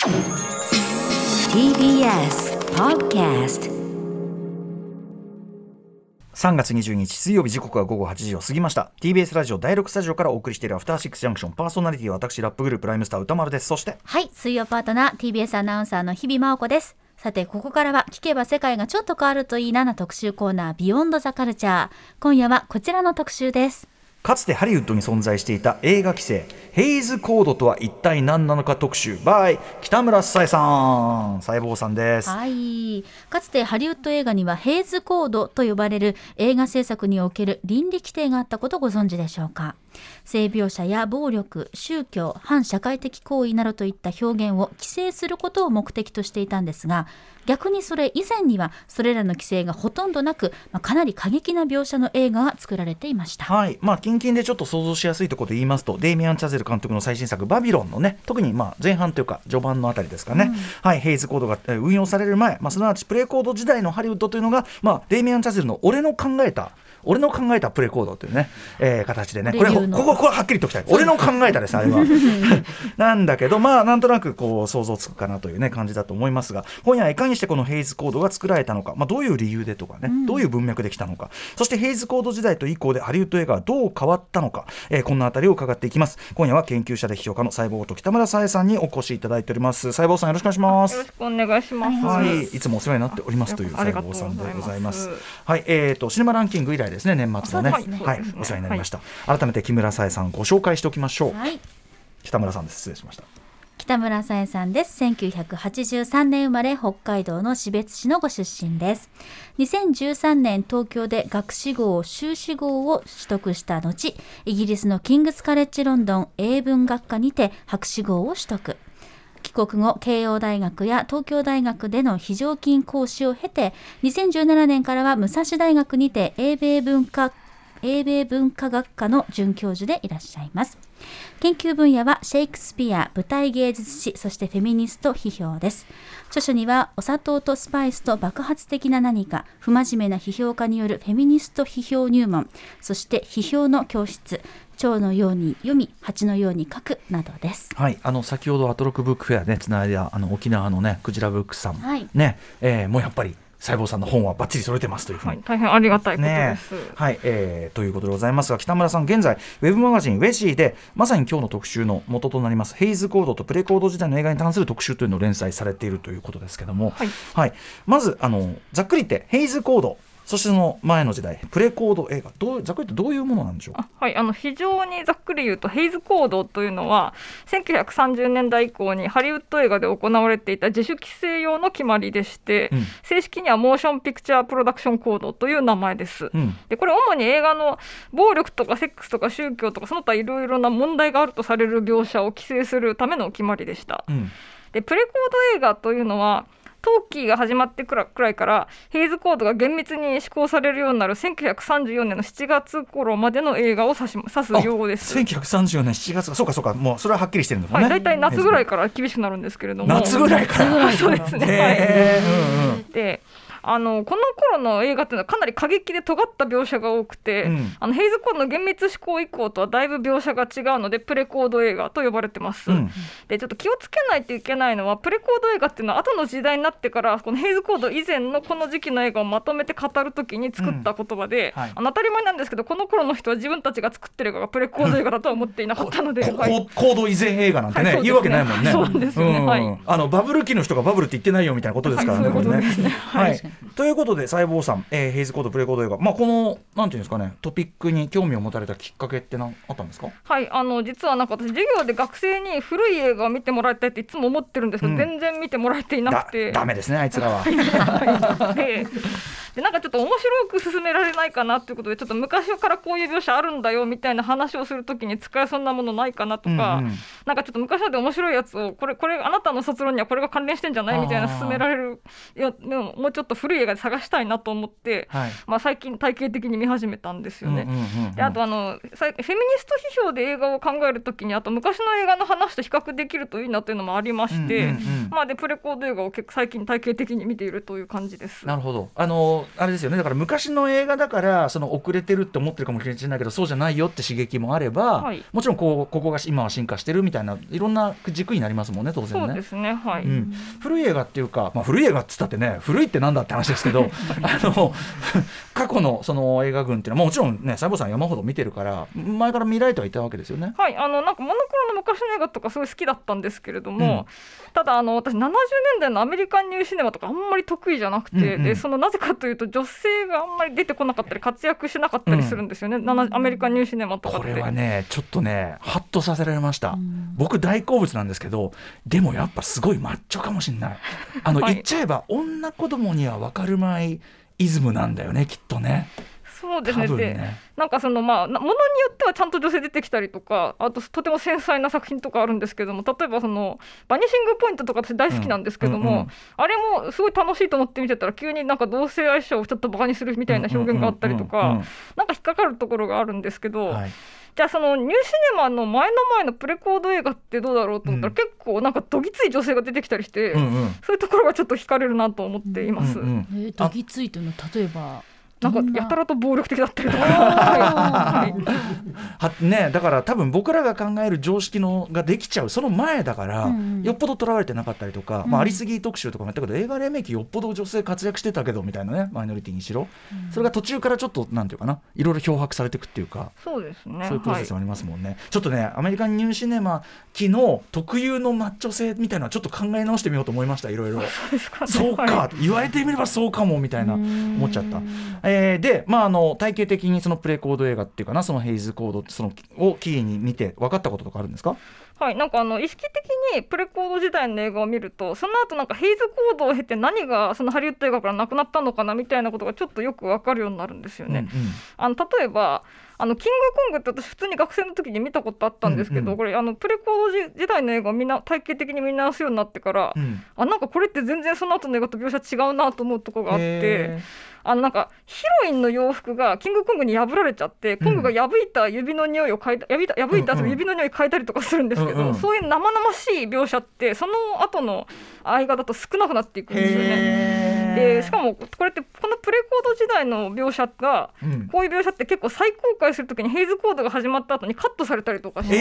TBS Podcast。 3月22日水曜日、時刻は午後8時を過ぎました。 TBS ラジオ第6スタジオからお送りしているアフターシックスジャンクション、パーソナリティは私ラップグループライムスター歌丸です。そしてはい、水曜パートナー TBS アナウンサーの日々真央子です。さて、ここからは聞けば世界がちょっと変わるといいなな特集コーナー、ビヨンドザカルチャー。今夜はこちらの特集です。 かつてハリウッドに存在していた映画規制、ヘイズコードとは一体何なのか特集 by 北村紗恵さん、細胞さんです。 はい、かつてハリウッド映画にはヘイズコードと呼ばれる映画制作における倫理規定があったことをご存知でしょうか。性描写や暴力、宗教、反社会的行為などといった表現を規制することを目的としていたんですが、逆にそれ以前にはそれらの規制がほとんどなく、かなり過激な描写の映画が作られていました。 はい、近々でちょっと想像しやすいところで言いますと、デイミアン・チャゼル監督の最新作バビロンのね、特に前半というか序盤のあたりですかね、はい、ヘイズコードが運用される前、すなわちプレイコード時代のハリウッドというのが、デイミアン・チャゼルの俺の考えたプレイコードというね、形でね、ここははっきりときたい、俺の考えたですあれはなんだけど、なんとなくこう想像つくかなというね感じだと思いますが、今夜はいかにしてこのヘイズコードが作られたのか、どういう理由でとかね、どういう文脈できたのか、そしてヘイズコード時代と以降でハリウッド映画はどう変わったのか、こんなあたりを伺っていきます。今夜は研究者で批評家の細胞と北村紗恵さんにお越しいただいております。細胞さん、よろしくお願いします。 よろしくお願いします。 はい、いつもお世話になっておりますという細胞さんでございます。はい、シネマランキング以来ですね、年末のね、はい、お世話になりました。改めて木村紗恵さんご紹介しておきましょう。はい、北村さんです。失礼しました。 北村紗恵さんです。1983年生まれ、北海道の士別市のご出身です。2013年東京で学士号、修士号を取得した後、イギリスのキングスカレッジロンドン英文学科にて博士号を取得。帰国後、慶応大学や東京大学での非常勤講師を経て、2017年からは武蔵大学にて英米文化学科の准教授でいらっしゃいます。研究分野はシェイクスピア、舞台芸術史、そしてフェミニスト批評です。著書にはお砂糖とスパイスと爆発的な何か、不真面目な批評家によるフェミニスト批評入門、そして批評の教室、蝶のように読み蜂のように書くなどです。 はい、先ほどアトロックブックフェアでつないだ沖縄のねクジラブックさん、 はい、 ね、もうやっぱり細胞さんの本はバッチリ揃えてますというふうに、 大変ありがたいことです、 はい、ということでございますが、北村さん現在ウェブマガジンウェジーでまさに今日の特集の元となりますヘイズコードとプレイコード時代の映画に関する特集というのを連載されているということですけども、 はいはい、まずざっくり言ってヘイズコード、そしてその前の時代プレコード映画、ざっくりとどういうものなんでしょうか。 はい、非常にざっくり言うとヘイズコードというのは1930年代以降にハリウッド映画で行われていた自主規制用の決まりでして、正式にはモーションピクチャープロダクションコードという名前です、でこれ主に映画の暴力とかセックスとか宗教とかその他いろいろな問題があるとされる描写を規制するための決まりでした、でプレコード映画というのは陶器が始まってくらいからヘイズコードが厳密に施行されるようになる1934年の7月頃までの映画を指す用語です。 1934年7月、そうかもうそれははっきりしてるのかね。 だいたい夏ぐらいから厳しくなるんですけれども、 夏ぐらいからそうですね、でこの頃の映画というのはかなり過激で尖った描写が多くて、ヘイズコードの厳密施行以降とはだいぶ描写が違うのでプレコード映画と呼ばれてます、でちょっと気をつけないといけないのは、プレコード映画っていうのは後の時代になってからこのヘイズコード以前のこの時期の映画をまとめて語るときに作った言葉で、当たり前なんですけど、この頃の人は自分たちが作ってる映画がプレコード映画だとは思っていなかったので、 コード以前映画なんてね、言うわけないもんね。 そうですよね、 バブル期の人がバブルって言ってないよみたいなことですからね、これね。ということで細胞さん、ヘイズコードプレイコード映画、このなんていうんですかね、トピックに興味を持たれたきっかけってあったんですか。 はい、実は私授業で学生に古い映画を見てもらいたいっていつも思ってるんですけど、全然見てもらえていなくてダメですね、あいつらはでなんかちょっと面白く進められないかなということで、ちょっと昔からこういう描写あるんだよみたいな話をするときに使えそうなものないかなとか、なんかちょっと昔ので面白いやつをこれあなたの卒論にはこれが関連してんじゃないみたいな進められるもうちょっと古い映画で探したいなと思って、最近体系的に見始めたんですよね。であとフェミニスト批評で映画を考えるときに、あと昔の映画の話と比較できるといいなというのもありまして、でプレコード映画を結構最近体系的に見ているという感じです。 なるほど。 あれですよね、だから昔の映画だからその遅れてるって思ってるかもしれないけど、そうじゃないよって刺激もあれば、はい、もちろんここが今は進化してるみたいないろんな軸になりますもんね、当然ね。 そうですね、はい、 古い映画っていうか、古い映画っつったってね、古いってなんだって話ですけど過去のその映画群っていうのはもちろんね、西郷さん山ほど見てるから前から見られてはいたわけですよね。 はい、なんかモノクロの昔の映画とかすごい好きだったんですけれども、ただ私70年代のアメリカンニューシネマとかあんまり得意じゃなくて、でそのなぜかというと女性があんまり出てこなかったり活躍しなかったりするんですよね、アメリカンニューシネマとかって。 これはねちょっとねハッとさせられました。僕大好物なんですけど、でもやっぱすごいマッチョかもしれない。言っちゃえば女子供には分かるまいイズムなんだよね、きっとね。 そうですね。でなんかそのものによってはちゃんと女性出てきたりとか、あととても繊細な作品とかあるんですけども、例えばそのバニシングポイントとか私大好きなんですけども、あれもすごい楽しいと思って見てたら急になんか同性愛者をちょっとバカにするみたいな表現があったりとか、なんか引っかかるところがあるんですけど、はい、じゃあそのニューシネマの前のプレコード映画ってどうだろうと思ったら、結構なんかどぎつい女性が出てきたりして、そういうところがちょっと惹かれるなと思っています。 どぎついというのは例えばなんかやたらと暴力的だったりとかね、だから多分僕らが考える常識のができちゃうその前だから、よっぽどとらわれてなかったりとか、ありすぎ特集とかもやったけど、映画黎明期よっぽど女性活躍してたけどみたいなね、マイノリティにしろ、それが途中からちょっとなんていうかな、いろいろ漂白されていくっていうか、 そうですね、 そういうプロセスありますもんね。ちょっとねアメリカンニューシネマ期の特有のマッチョ性みたいなのはちょっと考え直してみようと思いました。いろいろそうか、言われてみればそうかもみたいな思っちゃった。で体系的にそのプレコード映画っていうかな、そのヘイズコードそのをキーに見て分かったこととかあるんですか？ はい、なんか意識的にプレコード時代の映画を見ると、その後なんかヘイズコードを経て何がそのハリウッド映画からなくなったのかなみたいなことがちょっとよく分かるようになるんですよね。例えばキングコングって私普通に学生の時に見たことあったんですけど、これプレコード時代の映画を体系的に見直すようになってから、なんかこれって全然その後の映画と描写違うなと思うところがあって、なんかヒロインの洋服がキングコングに破られちゃって、コングが破いた指の匂いを嗅いだ、破いた後指の匂い嗅いだりとかするんですけど、そういう生々しい描写ってその後の映画だと少なくなっていくんですよね。でしかもこれってこのプレコード時代の描写が、こういう描写って結構再公開するときにヘイズコードが始まった後にカットされたりとかして、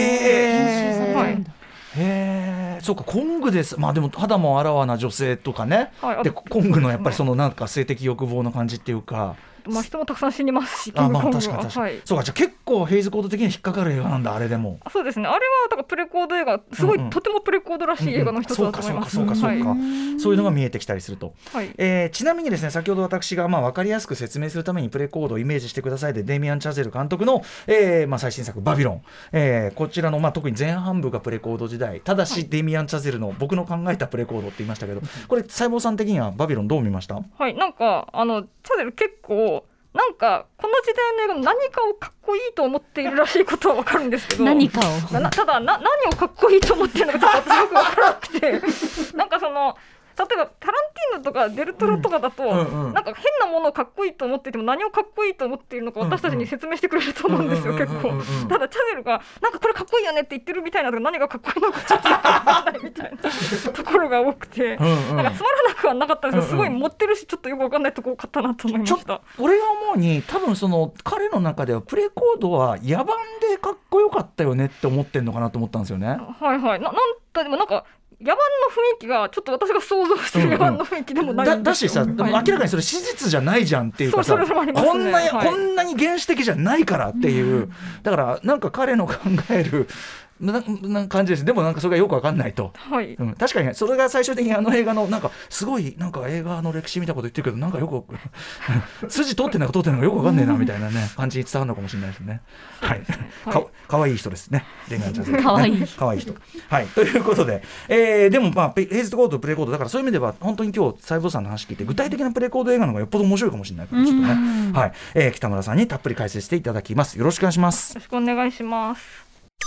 そうか、コングです。でも肌もあらわな女性とかね、でコングのやっぱりそのなんか性的欲望の感じっていうか、 人もたくさん死にますし、キングコングはそうか、じゃあ結構ヘイズコード的に引っかかる映画なんだ、あれでも。 そうですね、あれはだからプレコード映画すごい、とてもプレコードらしい映画の一つだと思います。そういうのが見えてきたりすると、ちなみにですね、先ほど私が分かりやすく説明するためにプレコードをイメージしてくださいでデイミアン・チャゼル監督の、最新作バビロン、こちらの、特に前半部がプレコード時代、ただし、デイミアン・チャゼルの僕の考えたプレコードって言いましたけど、これ細胞さん的にはバビロンどう見ました？ はい、なんかチャゼル結構なんかこの時代の映画の何かをかっこいいと思っているらしいことは分かるんですけど、 何かをただ何をかっこいいと思っているのかちょっとよく分からなくてなんかその例えばタランティーノとかデルトロとかだと、なんか変なものをかっこいいと思っていても何をかっこいいと思っているのか私たちに説明してくれると思うんですよ、結構。ただチャゼルがなんかこれかっこいいよねって言ってるみたいなのが何がかっこいいのかちょっと分からないみたいなところが多くて、なんかつまらなくはなかったんですけど、すごい持ってるしちょっとよく分かんないところかったなと思いました。 俺が思うに多分その彼の中ではプレコードは野蛮でかっこよかったよねって思ってんのかなと思ったんですよね。 でもなんか野蛮の雰囲気がちょっと私が想像してる野蛮の雰囲気でもないんですよ。 だしさ、明らかにそれ史実じゃないじゃんっていうかさ、こんなに原始的じゃないからっていう、だからなんか彼の考えるな感じです。でもなんかそれがよく分かんないと、確かにそれが最終的に映画のなんかすごいなんか映画の歴史みたいなこと言ってるけど、なんかよく筋通ってないか通ってないのかよく分かんねえなみたいなね感じに伝わるのかもしれないですね。かわいい人ですね、恋愛チャンスかわいい人。ということで、でもヘイズコードプレコードだから、そういう意味では本当に今日細胞さんの話聞いて具体的なプレコード映画の方がよっぽど面白いかもしれないからちょっとね、北村さんにたっぷり解説していただきます。よろしくお願いします。 よろしくお願いします。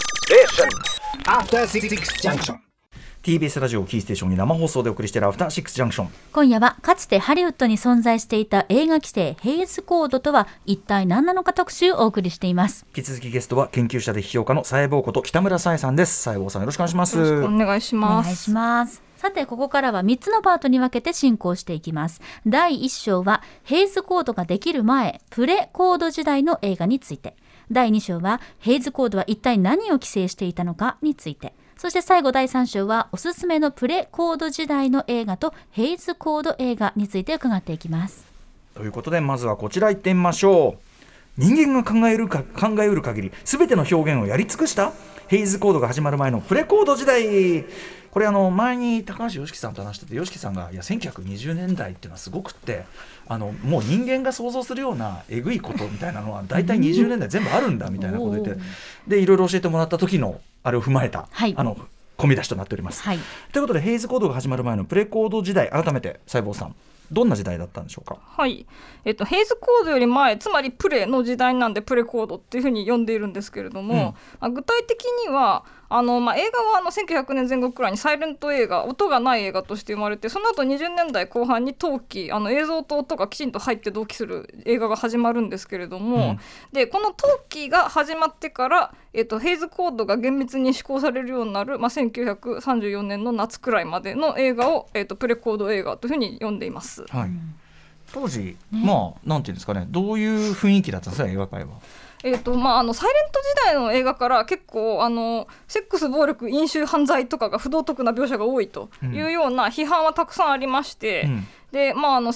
TBS ラジオキーステーションに生放送でお送りしているアフターシックスジャンクション。 今夜はかつてハリウッドに存在していた映画規制ヘイズコードとは一体何なのか特集をお送りしています。 引き続きゲストは研究者で批評家の佐江坊こと北村紗恵さんです。佐江坊さん、よろしくお願いします。 よろしくお願いします。 お願いします。 さてここからは3つのパートに分けて進行していきます。第1章はヘイズコードができる前、プレコード時代の映画について、第2章はヘイズコードは一体何を規制していたのかについて、そして最後第3章はおすすめのプレコード時代の映画とヘイズコード映画について伺っていきます。 ということでまずはこちら行ってみましょう。人間が考えうる限り全ての表現をやり尽くしたヘイズコードが始まる前のプレコード時代。これ前に高橋良樹さんと話してて、良樹さんがいや1920年代っていうのはすごくってもう人間が想像するようなえぐいことみたいなのは大体20年代全部あるんだみたいなこと言ってでいろいろ教えてもらった時のあれを踏まえた、 はい、 込み出しとなっております、はい、ということでヘイズコードが始まる前のプレコード時代、改めて細胞さんどんな時代だったんでしょうか。 はい、ヘイズコードより前、つまりプレの時代なんでプレコードっていうふうに呼んでいるんですけれども、具体的には映画は1900年前後くらいにサイレント映画、音がない映画として生まれて、その後20年代後半に陶器、映像と音がきちんと入って同期する映画が始まるんですけれども、でこの陶器が始まってから、ヘイズコードが厳密に施行されるようになる、1934年の夏くらいまでの映画を、プレコード映画というふうに呼んでいます。 はい、当時、なんていうんですかね、どういう雰囲気だったんですか、映画界は。 サイレント時代の映画から結構セックス暴力飲酒犯罪とかが不道徳な描写が多いというような批判はたくさんありまして、で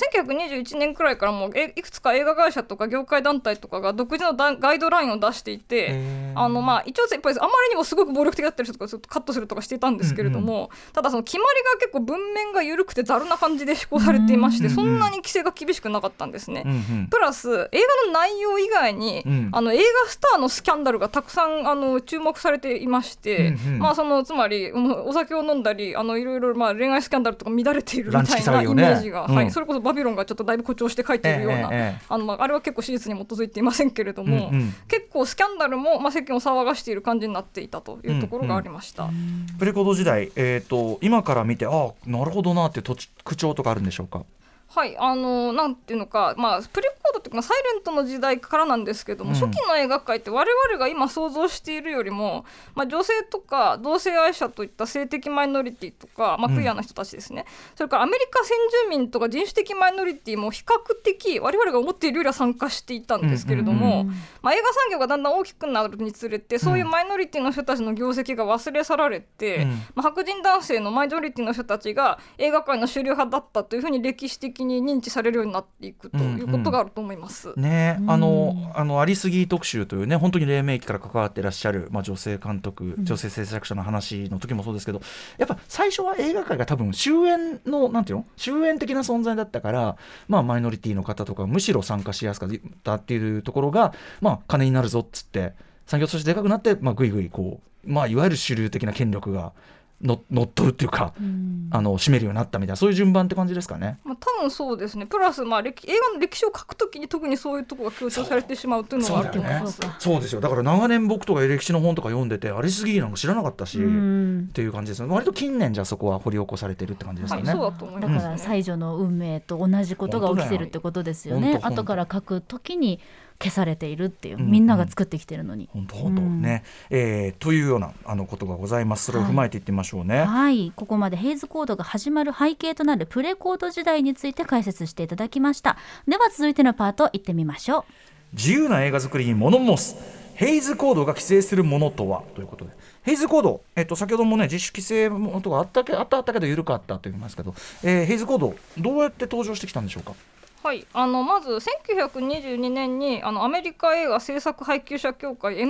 1921年くらいからもいくつか映画会社とか業界団体とかが独自のガイドラインを出していて、一応やっぱりあまりにもすごく暴力的だったりとかちょっとカットするとかしていたんですけれども、ただその決まりが結構文面が緩くてざるな感じで施行されていまして、そんなに規制が厳しくなかったんですね。プラス映画の内容以外に、映画スターのスキャンダルがたくさん注目されていまして、つまりお酒を飲んだりいろいろ恋愛スキャンダルとか乱れているみたいなイメージが、それこそバビロンがちょっとだいぶ誇張して書いているような、あれは結構史実に基づいていませんけれども、結構スキャンダルも、世間を騒がしている感じになっていたというところがありました。 プレコード時代、今から見てなるほどなっていう口調とかあるんでしょうか。 はい、なんていうのか、プレコードっていうかサイレントの時代からなんですけども、初期の映画界って我々が今想像しているよりも、女性とか同性愛者といった性的マイノリティとか、クイアな人たちですね、それからアメリカ先住民とか人種的マイノリティも比較的我々が思っているよりは参加していたんですけれども、映画産業がだんだん大きくなるにつれて、そういうマイノリティの人たちの業績が忘れ去られて、白人男性のマイノリティの人たちが映画界の主流派だったというふうに歴史的に認知されるようになっていくということがあると思います、 ありすぎ特集というね、本当に黎明期から関わっていらっしゃる、女性監督、女性制作者の話の時もそうですけど、やっぱ最初は映画界が多分終焉の終焉的な存在だったから、マイノリティの方とかむしろ参加しやすかったっていうところが、金になるぞっつって産業としてでかくなって、ぐいぐいこう、いわゆる主流的な権力が乗っ取るっていうか、占めるようになったみたいな、そういう順番って感じですかね。 多分そうですね。プラス、映画の歴史を書くときに特にそういうところが強調されてしまうというのはあると思います。 そうですよ。だから長年僕とか歴史の本とか読んでて、ありすぎなんか知らなかったしっていう感じですね。割と近年じゃそこは掘り起こされてるって感じですかね。 そうだと思います。 だから才女の運命と同じことが起きてるってことですよね。後から書くときに消されているっていう、みんなが作ってきてるのに、 本当ね、というようなことがございます。それを踏まえていってみましょうね。 はい、ここまでヘイズコードが始まる背景となるプレコード時代について解説していただきました。では続いてのパート行ってみましょう。 自由な映画作りに物申すヘイズコードが規制するものとは、ということで、ヘイズコード、先ほどもね、自主規制とかあったけど緩かったと言いますけど、ヘイズコードどうやって登場してきたんでしょうか。 はい、まず1922年にアメリカ映画制作配給者協会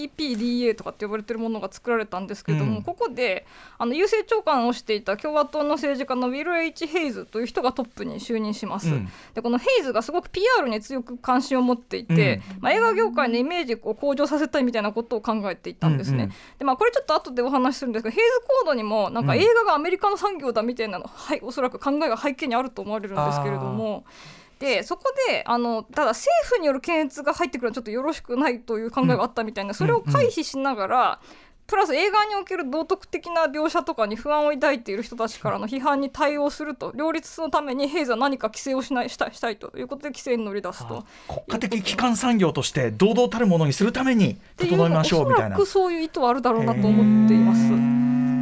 MPPDA とかって呼ばれているものが作られたんですけども、ここで郵政長官をしていた共和党の政治家のウィル・ H. ヘイズという人がトップに就任します、でこのヘイズがすごく PR に強く関心を持っていて、映画業界のイメージを向上させたいみたいなことを考えていたんですね、でこれちょっと後でお話しするんですけど、ヘイズコードにも映画がアメリカの産業だみたいなの、おそらく考えが背景にあると思われるんですけれども、でそこでただ政府による検閲が入ってくるのはちょっとよろしくないという考えがあったみたいな、それを回避しながら、プラス映画における道徳的な描写とかに不安を抱いている人たちからの批判に対応すると、両立のためにヘイズは何か規制をしたいということで規制に乗り出すと、 国家的基幹産業として堂々たるものにするために整えましょうみたいな、 おそらくそういう意図はあるだろうなと思っています。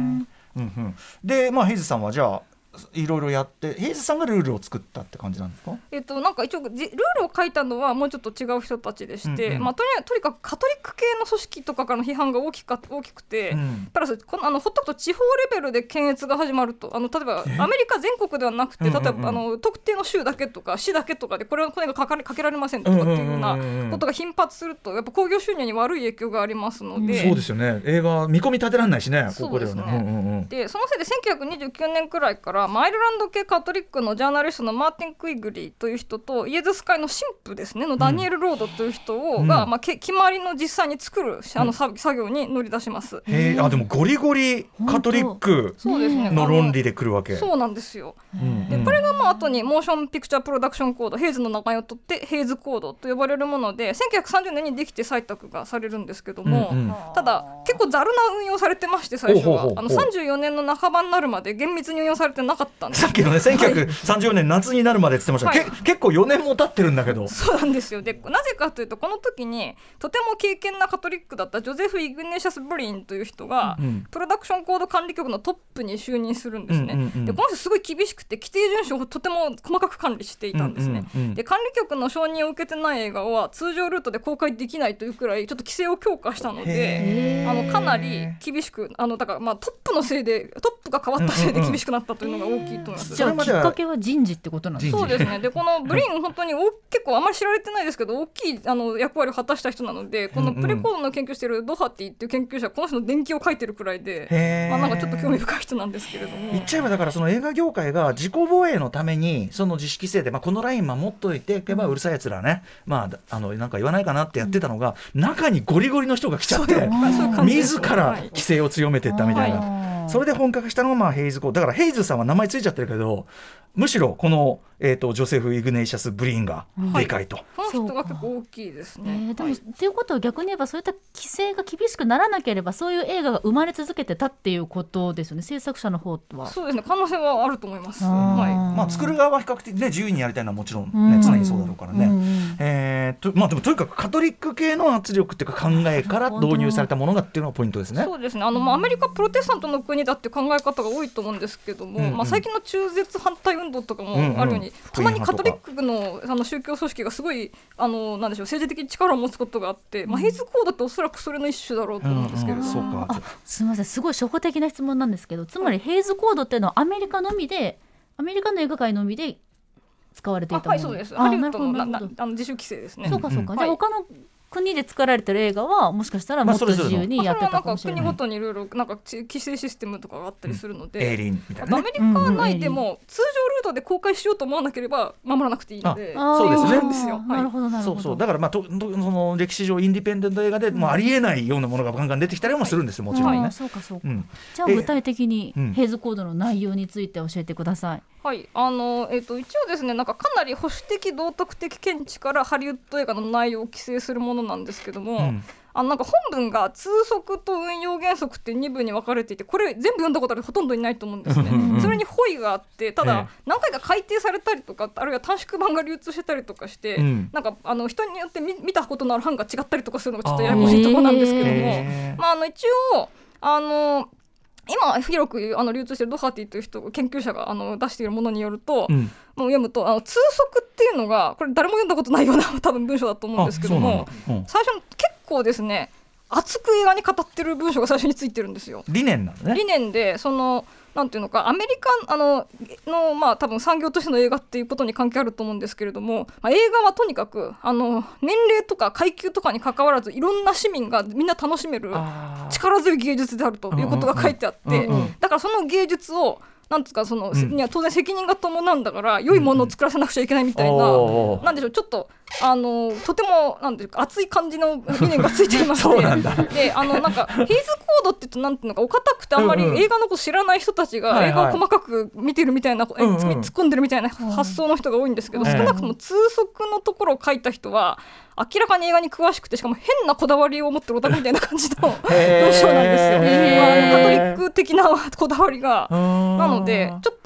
で、ヘイズさんはじゃあいろいろやって、ヘイズさんがルールを作ったって感じなんですか？ なんか一応ルールを書いたのはもうちょっと違う人たちでして、とにかくカトリック系の組織とかからの批判が大きくて、プラスほっとくと地方レベルで検閲が始まると、例えばアメリカ全国ではなくて、例えば特定の州だけとか市だけとかでこれがかけられませんとかっていうようなことが頻発すると、やっぱ興行収入に悪い影響がありますので、 そうですよね、映画見込み立てられないしね、ここではそうですね。でそのせいで1929年くらいからアイルランド系カトリックのジャーナリストのマーティン・クイグリーという人とイエズス会の神父ですねのダニエル・ロードという人が、決まりの実際に作る作業に乗り出します。 でもゴリゴリカトリックの論理で来るわけ。 そうなんですよ。でこれが後にモーションピクチャープロダクションコード、ヘイズの名前を取ってヘイズコードと呼ばれるもので1930年にできて採択がされるんですけども、ただ結構ざるな運用されてまして、最初は34年の半ばになるまで厳密に運用されてなかったんです。 さっきのね、1934年夏になるまでって言ってました、結構4年も経ってるんだけど。 そうなんですよ。でなぜかというと、この時にとても敬虔なカトリックだったジョゼフ・イグネシャス・ブリンという人が、プロダクションコード管理局のトップに就任するんですね。でこの人すごい厳しくて規定遵守をとても細かく管理していたんですね。で管理局の承認を受けてない映画は通常ルートで公開できないというくらいちょっと規制を強化したので、かなり厳しく、だからトップのせいで、トップが変わったせいで厳しくなったというのが大きいと思います。 じゃあきっかけは人事ってことなんですか？ そうですね。でこのブリン本当に結構あまり知られてないですけど大きい役割を果たした人なので、このプレコードの研究しているドハティっていう研究者はこの人の伝記を書いてるくらいで、なんかちょっと興味深い人なんですけれども、 言っちゃえばだからその映画業界が自己防衛のためにその自主規制で、このライン守っといていけばうるさいやつらね、なんか言わないかなってやってたのが、中にゴリゴリの人が来ちゃって自ら規制を強めていったみたいな、それで本格したのがヘイズコードだから。ヘイズさんは名前ついちゃってるけど、むしろこの、ジョセフ・イグネイシャス・ブリーンがでかいと、 この人が結構大きいですね。 でもっていうことは逆に言えば、そういった規制が厳しくならなければそういう映画が生まれ続けてたっていうことですよね、制作者の方は。 そうですね、可能性はあると思います。 作る側は比較的、自由にやりたいのはもちろん、常にそうだろうからね。でもとにかくカトリック系の圧力っていうか考えから導入されたものがっていうのがポイントですね。 そうですね。アメリカプロテスタントの国だっていう考え方が多いと思うんですけども、最近の中絶反対運動とかもあるように、たまにカトリックの宗教組織がすごいなんでしょう、政治的に力を持つことがあって、ヘイズコードっておそらくそれの一種だろうと思うんですけれども、 すみません、すごい初歩的な質問なんですけど、つまりヘイズコードっていうのはアメリカの映画界のみで使われていたもの。 そうです。ハリウッドの自主規制ですね。 そうか。じゃあ他の国で作られてる映画はもしかしたらもっと自由にやってたかもしれない。 国ごとにいろいろ規制システムとかがあったりするので、 エイリンみたいな、 アメリカ内でも通常ルートで公開しようと思わなければ守らなくていいので、 そうですね。なるほど。 そうだからその歴史上インディペンデント映画でもうありえないようなものがガンガン出てきたりもするんですよ、もちろんね。 そうか。じゃあ具体的にヘイズコードの内容について教えてください。 一応ですね、かなり保守的道徳的見地からハリウッド映画の内容を規制するものなんですけども、本文が通則と運用原則って2部に分かれていて、これ全部読んだことあるほとんどいないと思うんですね。それにホイがあって、ただ何回か改訂されたりとか、あるいは短縮版が流通してたりとかして、人によって見たことのある版が違ったりとかするのがちょっとややこしいところなんですけども、一応今広く流通しているドハティという研究者が出しているものによると、もう読むと通則っていうのが、これ誰も読んだことないような多分文章だと思うんですけども、最初の結構ですね、熱く映画に語ってる文章が最初についてるんですよ。 理念なんだね。 理念でなんていうのか、アメリカの多分産業としての映画っていうことに関係あると思うんですけれども、映画はとにかく年齢とか階級とかに関わらずいろんな市民がみんな楽しめる力強い芸術であるということが書いてあって、だからその芸術をなんですか、には当然責任が伴うんだから良いものを作らせなくちゃいけないみたいな、なんでしょう、ちょっととてもなんていうか熱い感じの理念がついていましてで、ヘイズコードって言うとなんていうのか、お堅くてあんまり映画のこと知らない人たちが映画を細かく見てるみたいな、突っ込んでるみたいな発想の人が多いんですけど、少なくとも通則のところを書いた人は明らかに映画に詳しくて、しかも変なこだわりを持ってるオタクみたいな感じの文章なんですよ。カトリック的なこだわりがなので、ちょっと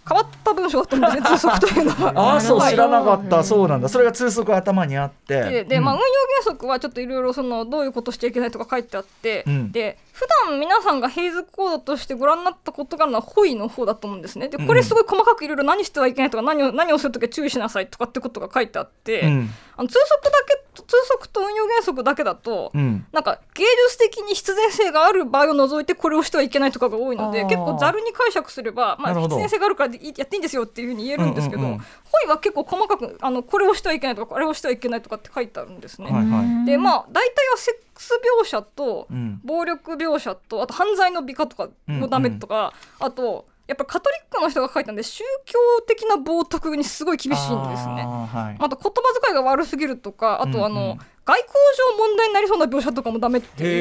変わった文章だったんですね、通則というのは。 あ、そう知らなかった。そうなんだ。それが通則頭にあって、 で、運用原則はちょっといろいろどういうことしちゃいけないとか書いてあって、で普段皆さんがヘイズコードとしてご覧になったことがあるのはホイの方だと思うんですね。でこれすごい細かくいろいろ何してはいけないとか何をするときは注意しなさいとかってことが書いてあって、通則と運用原則だけだと、なんか芸術的に必然性がある場合を除いてこれをしてはいけないとかが多いので、結構ざるに解釈すれば、必然性があるからやっていいんですよっていうふうに言えるんですけど、ホイは結構細かくこれをしてはいけないとかあれをしてはいけないとかって書いてあるんですね。で大体はセックス描写と暴力描写と、あと犯罪の美化とかもダメとか、あとやっぱカトリックの人が書いたんで宗教的な冒涜にすごい厳しいんですね。あと言葉遣いが悪すぎるとか、あと外交上問題になりそうな描写とかもダメっていう、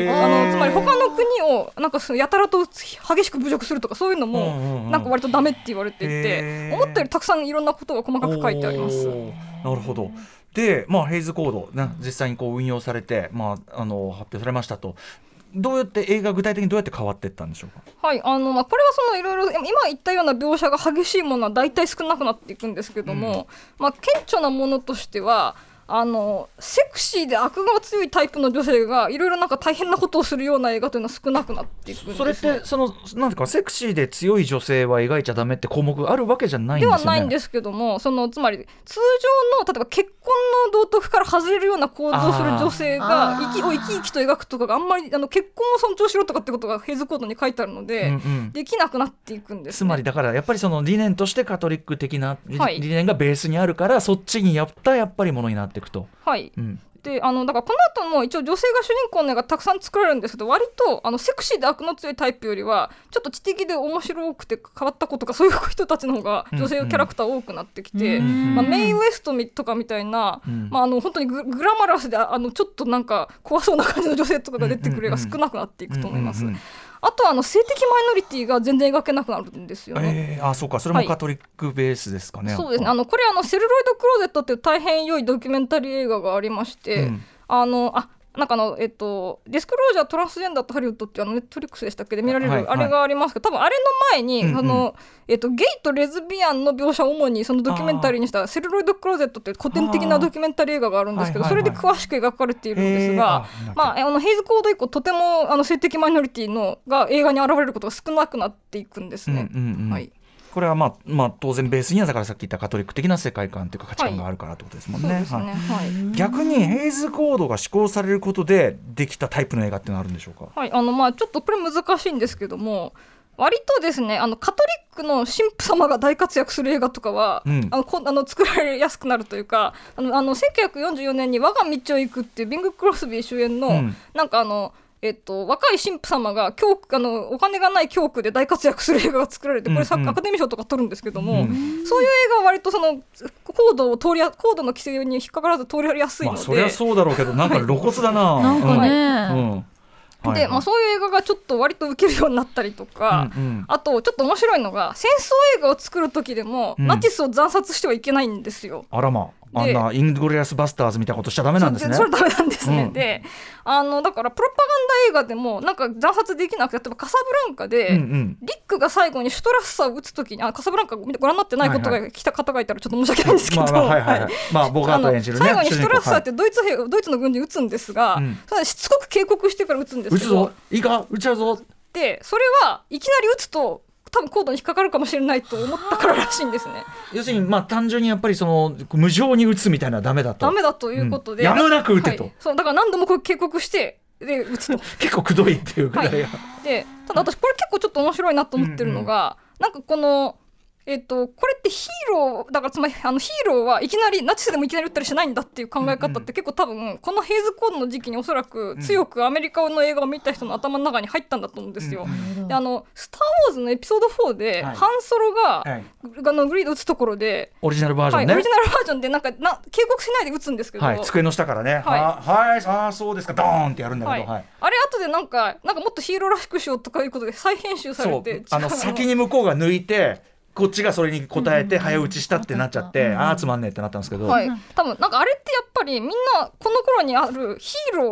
つまり他の国をなんかやたらと激しく侮辱するとかそういうのもなんか割とダメって言われていて、思ったよりたくさんいろんなことが細かく書いてあります。 なるほど。で、ヘイズコード、実際に運用されて、発表されましたと。どうやって映画具体的にどうやって変わっていったんでしょうか。 はい、これはいろいろ今言ったような描写が激しいものは大体少なくなっていくんですけども、顕著なものとしてはセクシーで悪が強いタイプの女性がいろいろなんか大変なことをするような映画というのは少なくなっていくんですね。 それってなんていうか、セクシーで強い女性は描いちゃダメって項目があるわけじゃないんですよね。 ではないんですけども、つまり通常の例えば結婚の道徳から外れるような行動をする女性が生き生きと描くとかがあんまり結婚を尊重しろとかってことがヘイズコードに書いてあるので、できなくなっていくんですね。 つまりだからやっぱり理念としてカトリック的な理念がベースにあるから、そっちにやっぱりものになっていくと。 はい、でだからこの後も一応女性が主人公の絵がたくさん作られるんですけど、割とセクシーで悪の強いタイプよりはちょっと知的で面白くて変わった子とかそういう人たちの方が女性キャラクター多くなってきて、メイ・ウエストとかみたいな、本当にグラマラスでちょっとなんか怖そうな感じの女性とかが出てくる絵が少なくなっていくと思います。あと性的マイノリティが全然描けなくなるんですよね。 そうか、それもカトリックベースですかね。 そうですね。これセルロイド・クローゼットっていう大変良いドキュメンタリー映画がありまして、なんかディスクロージャートランスジェンダーとハリウッドっていうネットリックスでしたっけで見られるあれがありますけど、多分あれの前に、ゲイとレズビアンの描写を主にそのドキュメンタリーにしたセルロイド・クローゼットっていう古典的なドキュメンタリー映画があるんですけど、それで詳しく描かれているんですが、ヘイズコード以降とても性的マイノリティのが映画に現れることが少なくなっていくんですね。 これは当然ベースにはだからさっき言ったカトリック的な世界観というか価値観があるからってことですもんね。逆にヘイズコードが施行されることでできたタイプの映画ってのはあるんでしょうか。 ちょっとこれ難しいんですけども、割とですねカトリックの神父様が大活躍する映画とかは、作られやすくなるというか、1944年に我が道を行くっていうビング・クロスビー主演の、なんか若い神父様がお金がない教区で大活躍する映画が作られて、これアカデミー賞とか取るんですけども、そういう映画は割とコードの規制に引っかからず通りやすいので、 そりゃそうだろうけどなんか露骨だな、 なんかね、 でそういう映画がちょっと割と受けるようになったりとか、あとちょっと面白いのが戦争映画を作る時でも、ナチスを惨殺してはいけないんですよ。 あらあんなイングリアスバスターズみたいなことしちゃダメなんですね。 それダメなんですね。でだからプロパガンダ映画でもなんか惨殺できなくて、例えばカサブランカで、リックが最後にシュトラッサーを撃つ時にカサブランカご覧になってないことが来た方がいたらちょっと申し訳ないんですけど、 ボガート演じるね、 最後にシュトラッサーってドイツの軍人撃つんですが、しつこく警告してから撃つんですけど、 いいか撃っちゃうぞで、それはいきなり撃つと多分コードに引っかかるかもしれないと思ったかららしいんですね。 要するに単純にやっぱり無情に撃つみたいなのはダメだということで、 やむなく撃てと、 そうだから何度もこれ警告してで撃つと結構くどいっていうくらい、 でただ私これ結構ちょっと面白いなと思ってるのが、なんかこのこれってヒーローだから、つまりヒーローはいきなりナチスでもいきなり撃ったりしないんだっていう考え方って、結構多分このヘイズコードの時期におそらく強くアメリカの映画を見た人の頭の中に入ったんだと思うんですよ。でスター・ウォーズのエピソード4で、ハンソロが、グリード撃つところでオリジナルバージョンね、 オリジナルバージョンで警告しないで撃つんですけど、 机の下からね、そうですかドーンってやるんだけど、あれ後でなんかもっとヒーローらしくしようとかいうことで再編集されて、 先に向こうが抜いてこっちがそれに応えて早打ちしたってなっちゃって、つまんねえってなったんですけど、 多分なんかあれってやっぱりみんなこの頃にあるヒーローは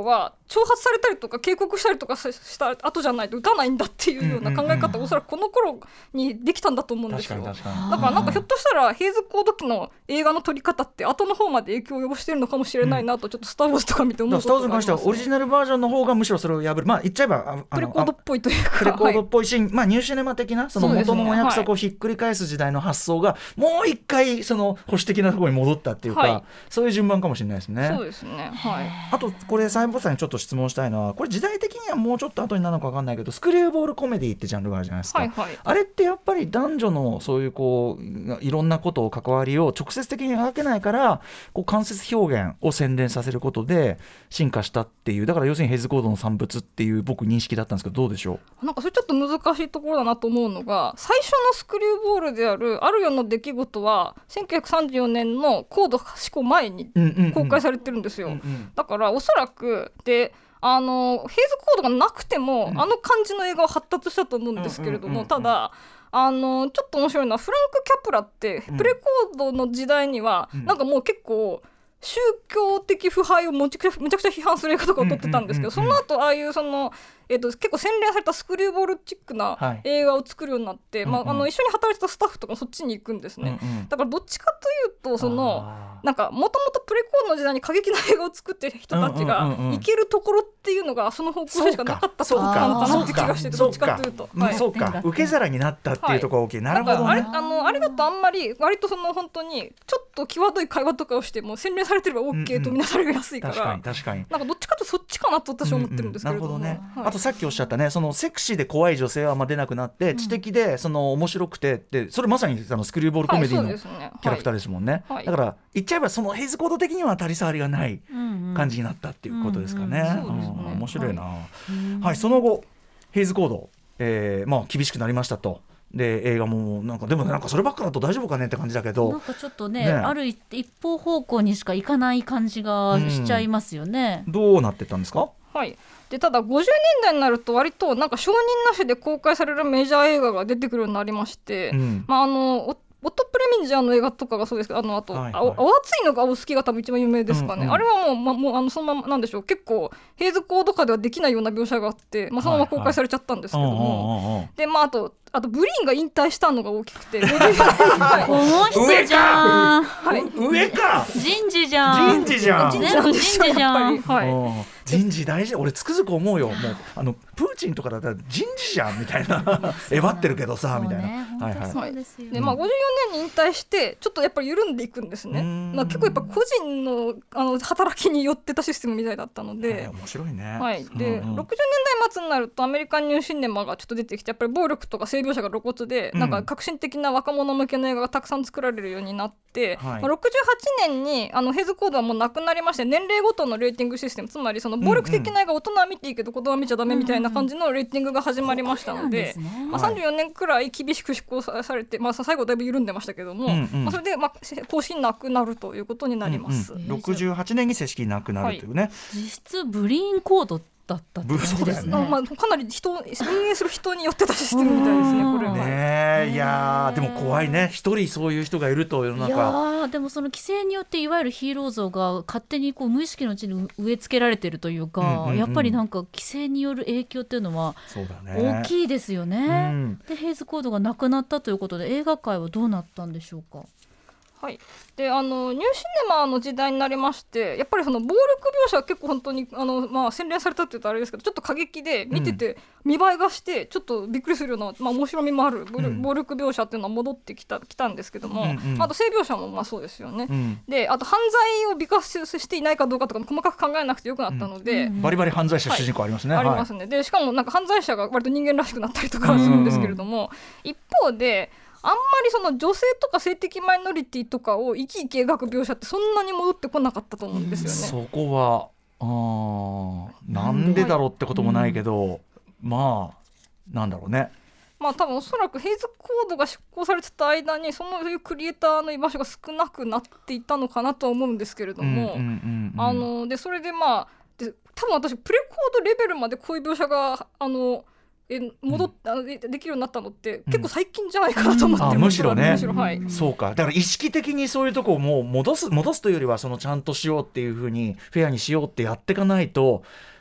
挑発されたりとか警告したりとかした後じゃないと撃たないんだっていうような考え方をおそらくこの頃にできたんだと思うんですよ。だからなんかひょっとしたらヘイズコード期の映画の撮り方って後の方まで影響を及ぼしてるのかもしれないなと、ちょっとスター・ウォーズとか見て思うことがありますね。 スター・ウォーズに関してはオリジナルバージョンの方がむしろそれを破る、まあ言っちゃえばプレコードっぽいというかプレコードっぽいし、まあニューシネマ的なその元のお約束をひっくり返す時代の発想がもう一回その保守的なところに戻ったっていうか、そういう順番かもしれないですね。 そうですね、 あとこれサイボさんにちょっと質問したいのは、これ時代的にはもうちょっと後になるのか分かんないけど、スクリューボールコメディってジャンルがあるじゃないですか、あれってやっぱり男女のそういうこういろんなことを関わりを直接的に描けないから、こう間接表現を洗練させることで進化したっていう、だから要するにヘイズコードの産物っていう僕認識だったんですけど、どうでしょう。 なんかそれちょっと難しいところだなと思うのが、最初のスクリューボールであるあるよの出来事は1934年のコード施行前に公開されてるんですよ。だからおそらくでヘイズコードがなくても、あの感じの映画は発達したと思うんですけれども、ただちょっと面白いのはフランク・キャプラってプレコードの時代にはなんかもう結構宗教的腐敗をめちゃくちゃ批判する映画とかを撮ってたんですけど、その後ああいうその結構洗練されたスクリューボールチックな映画を作るようになって、一緒に働いてたスタッフとかもそっちに行くんですね。だからどっちかというとそのなんかもともとプレコードの時代に過激な映画を作ってる人たちが行けるところっていうのがその方向性しかなかったと感じなって気がしてて、どっちかというとそうか、受け皿になったっていうところが大きい。なるほどね。 あれだとあんまり割とその本当にちょっと際どい会話とかをしても洗練されてれば OK とみなされやすいから、 確かになんかどっちかというとそっちかなと私は思ってるんですけれども、 なるほどね。あとさっきおっしゃったね、そのセクシーで怖い女性はあんま出なくなって、知的でその面白くてって、それまさにスクリューボールコメディのキャラクターですもんね。だから言っちゃえばそのヘイズコード的には当たり障りがない感じになったっていうことですかね。面白いな。その後ヘイズコード、厳しくなりましたと。で映画もなんかでもなんかそればっかだと大丈夫かねって感じだけど、 なんかちょっとねある一方方向にしか行かない感じがしちゃいますよね。 どうなってったんですか。 でただ50年代になると割となんか承認なしで公開されるメジャー映画が出てくるようになりまして、オット・プレミンジャーの映画とかがそうですけど、あと、お熱いのがお好きが多分一番有名ですかね。あれはもうそのままなんでしょう、結構ヘイズコード下ではできないような描写があって、そのまま公開されちゃったんですけども、であとブリーンが引退したのが大きくてこの人じゃん、 上か人事じゃん人事大事。俺つくづく思うよ。もうプーチンとかだったら人事じゃんみたいなえばってるけどさみたいな。 54年に引退してちょっとやっぱり緩んでいくんですね。結構やっぱ個人の働きによってたシステムみたいだったので、 面白いね。 で60年代末になるとアメリカンニューシネマがちょっと出てきて、やっぱり暴力とか性描写が露骨で、なんか革新的な若者向けの映画がたくさん作られるようになって、68年にヘイズコードはもうなくなりまして、年齢ごとのレーティングシステム、つまりその暴力的な映画大人は見ていいけど子供は見ちゃダメみたいな感じのレーティングが始まりましたので、34年くらい厳しく施行されて、最後だいぶ緩んでましたけども、それで公式なくなるということになります。 68年に正式なくなるというね。 実質ブリーンコードだったって感じですね。 かなり運営する人によってたシステムみたいですね、これはね。いやでも怖いね、一人そういう人がいると世の中。 いやでもその規制によっていわゆるヒーロー像が勝手にこう無意識のうちに植え付けられてるというか、やっぱりなんか規制による影響っていうのは大きいですよね。でヘイズコードがなくなったということで映画界はどうなったんでしょうか。 でニューシネマの時代になりまして、やっぱりその暴力描写は結構本当に洗練されたっていうとあれですけど、ちょっと過激で見てて見栄えがしてちょっとびっくりするような、面白みもある暴力描写っていうのは戻ってきたんですけども、あと性描写もそうですよね。であと犯罪を美化していないかどうかとかも細かく考えなくてよくなったので、 バリバリ犯罪者主人公ありますね。 ありますね。でしかもなんか犯罪者が割と人間らしくなったりとかするんですけれども、一方であんまりその女性とか性的マイノリティとかを生き生き描く描写ってそんなに戻ってこなかったと思うんですよね。 そこはなんでだろうってこともないけど、なんだろうね。 多分おそらくヘイズコードが執行されてた間にそういうクリエイターの居場所が少なくなっていたのかなとは思うんですけれども、でそれで多分私プレコードレベルまでこういう描写が戻ってできるようになったのって結構最近じゃないかなと思ってます。 むしろね。そうか。だから意識的にそういうとこをもう戻すというよりは、そのちゃんとしようっていう風にフェアにしようってやっていかないと、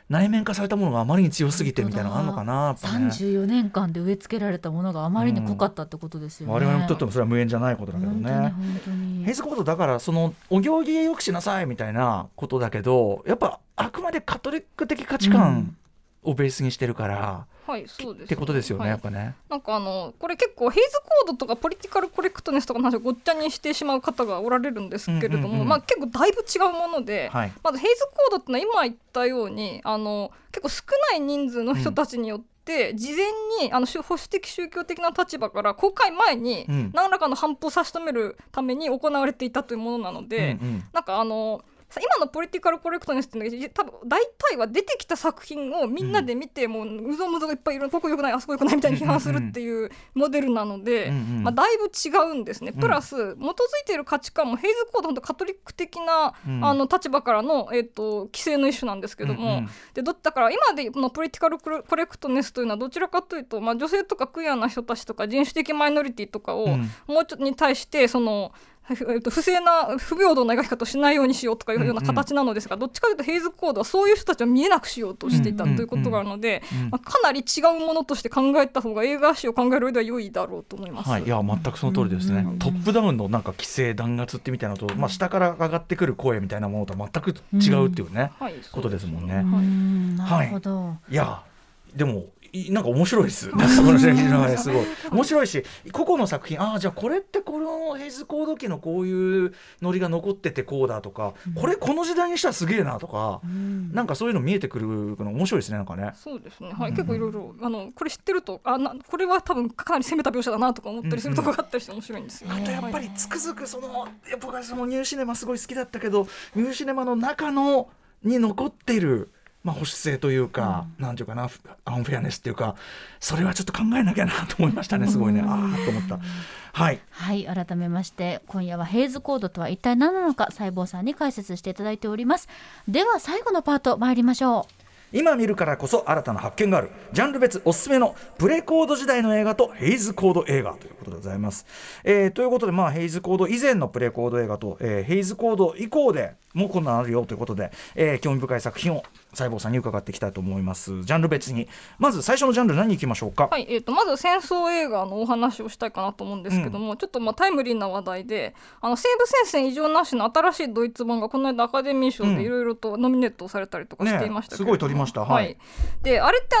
内面化されたものがあまりに強すぎてみたいなのがあるのかな、やっぱね。 34年間で植え付けられたものがあまりに濃かったってことですよね、 我々にとってもそれは無縁じゃないことだけどね。 本当にヘイズコードだからそのお行儀よくしなさいみたいなことだけど、やっぱあくまでカトリック的価値観をベースにしてるから、 はいそうですね、 ってことですよね、 はい、 やっぱね。 なんかこれ結構ヘイズコードとかポリティカルコレクトネスとかの話をごっちゃにしてしまう方がおられるんですけれども、まあ、結構だいぶ違うもので、はい、まずヘイズコードってのは今言ったように結構少ない人数の人たちによって、事前に保守的宗教的な立場から公開前に何らかの反抗を差し止めるために行われていたというものなので、なんか今のポリティカルコレクトネスっていうのが多分大体は出てきた作品をみんなで見て、もうぞむぞがいっぱいいる、ここ良くないあそこ良くないみたいに批判するっていうモデルなので、まあ、だいぶ違うんですね。プラス基づいている価値観もヘイズコード本当カトリック的な、立場からの、規制の一種なんですけども、でだから今でのポリティカルコレクトネスというのはどちらかというと、まあ、女性とかクイアな人たちとか人種的マイノリティとかを、もうちょっとに対してその不正な不平等な描き方をしないようにしようとかいうような形なのですが、どっちかというとヘイズコードはそういう人たちを見えなくしようとしていたということがあるので、まあ、かなり違うものとして考えた方が映画史を考える上では良いだろうと思います。 はい、いや全くその通りですね。トップダウンのなんか規制弾圧ってみたいなのと、まあ、下から上がってくる声みたいなものとは全く違うっていうね、ことですもんね。 なるほど、 はい、いやでもなんか面白いですねすごい面白いし、個々の作品、じゃあこれってこのヘイズコード期のこういうノリが残っててこうだとか、この時代にしたらすげえなとか、なんかそういうの見えてくるの面白いですね。なんかね、 そうですね、はい、結構いろいろこれ知ってるとこれは多分かなり攻めた描写だなとか思ったりするところがあったりして面白いんですよ、 あとやっぱりつくづく僕はそのニューシネマすごい好きだったけど、ニューシネマの中に残っているまあ、保守性というか、なんていうかな、アンフェアネスっていうか、それはちょっと考えなきゃなと思いましたね。すごいね、と思った。はい、はい、 改めまして今夜はヘイズコードとは一体何なのか、細胞さんに解説していただいております。では最後のパート参りましょう。 今見るからこそ新たな発見がある、ジャンル別おすすめのプレコード時代の映画とヘイズコード映画ということでございます。ということで、まあ、ヘイズコード以前のプレコード映画と、ヘイズコード以降でもうこんなのあるよということで、興味深い作品を細胞さんに伺っていきたいと思います。ジャンル別にまず最初のジャンル何に行きましょうか。 はい、まず戦争映画のお話をしたいかなと思うんですけども、ちょっとまあタイムリーな話題で、西部戦線異常なしの新しいドイツ版がこの間アカデミー賞でいろいろとノミネートされたりとかしていましたけど、 すごい撮りました。 はい、であれって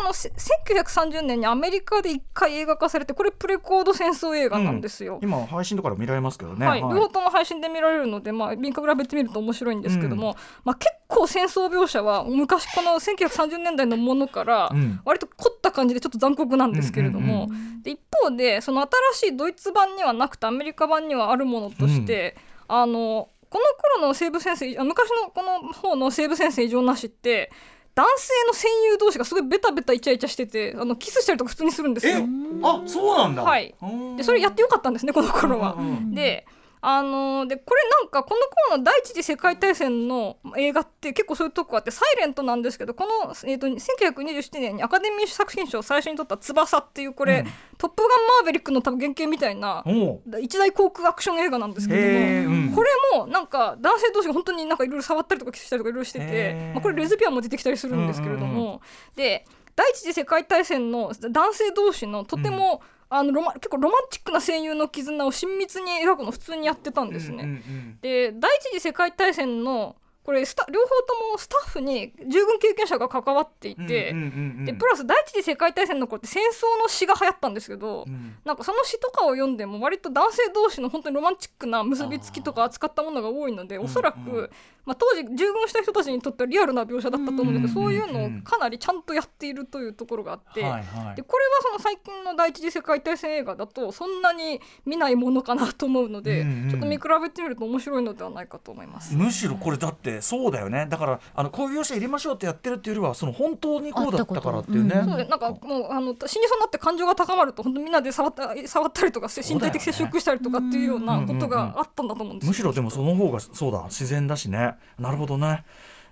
1930年にアメリカで1回映画化されて、これプレコード戦争映画なんですよ。 今配信とかで見られますけどね、 はい、両方とも配信で見られるので、まあ、比べてみると面白いんですけども、まあ、結構戦争描写は昔この1930年代のものから割と凝った感じでちょっと残酷なんですけれども、で一方でその新しいドイツ版にはなくてアメリカ版にはあるものとして、この頃の西部戦線、昔のこの方の西部戦線異常なしって男性の戦友同士がすごいベタベタイチャイチャしてて、キスしたりとか普通にするんですよ。 そうなんだ。 はい、でそれやってよかったんですね、この頃は。でこれなんかこの頃の第一次世界大戦の映画って結構そういうとこあって、サイレントなんですけど、この、1927年にアカデミー作品賞を最初に取った翼っていう、これ、トップガンマーヴェリックの多分原型みたいな一大航空アクション映画なんですけども、これもなんか男性同士が本当になんかいろいろ触ったりとかキスしたりとかいろいろしてて、これレズビアンも出てきたりするんですけれども、で第一次世界大戦の男性同士のとても、結構ロマンチックな戦友の絆を親密に描くのを普通にやってたんですね。で第一次世界大戦のこれ両方ともスタッフに従軍経験者が関わっていて、でプラス第一次世界大戦の頃って戦争の詩が流行ったんですけど、なんかその詩とかを読んでも割と男性同士の本当にロマンチックな結びつきとか扱ったものが多いので、おそらく、まあ、当時従軍した人たちにとってはリアルな描写だったと思うんだけど、そういうのをかなりちゃんとやっているというところがあって、でこれはその最近の第一次世界大戦映画だとそんなに見ないものかなと思うので、ちょっと見比べてみると面白いのではないかと思います。 むしろこれだってそうだよね。だからこういう描写入れましょうってやってるっていうよりは、その本当にこうだったからっていうね。 そうでなんかもう死にそうになって感情が高まると本当みんなで触ったりとか身体的接触したりとかっていうようなことがあったんだと思うんです。 むしろでもその方がそうだ自然だしね。なるほどね。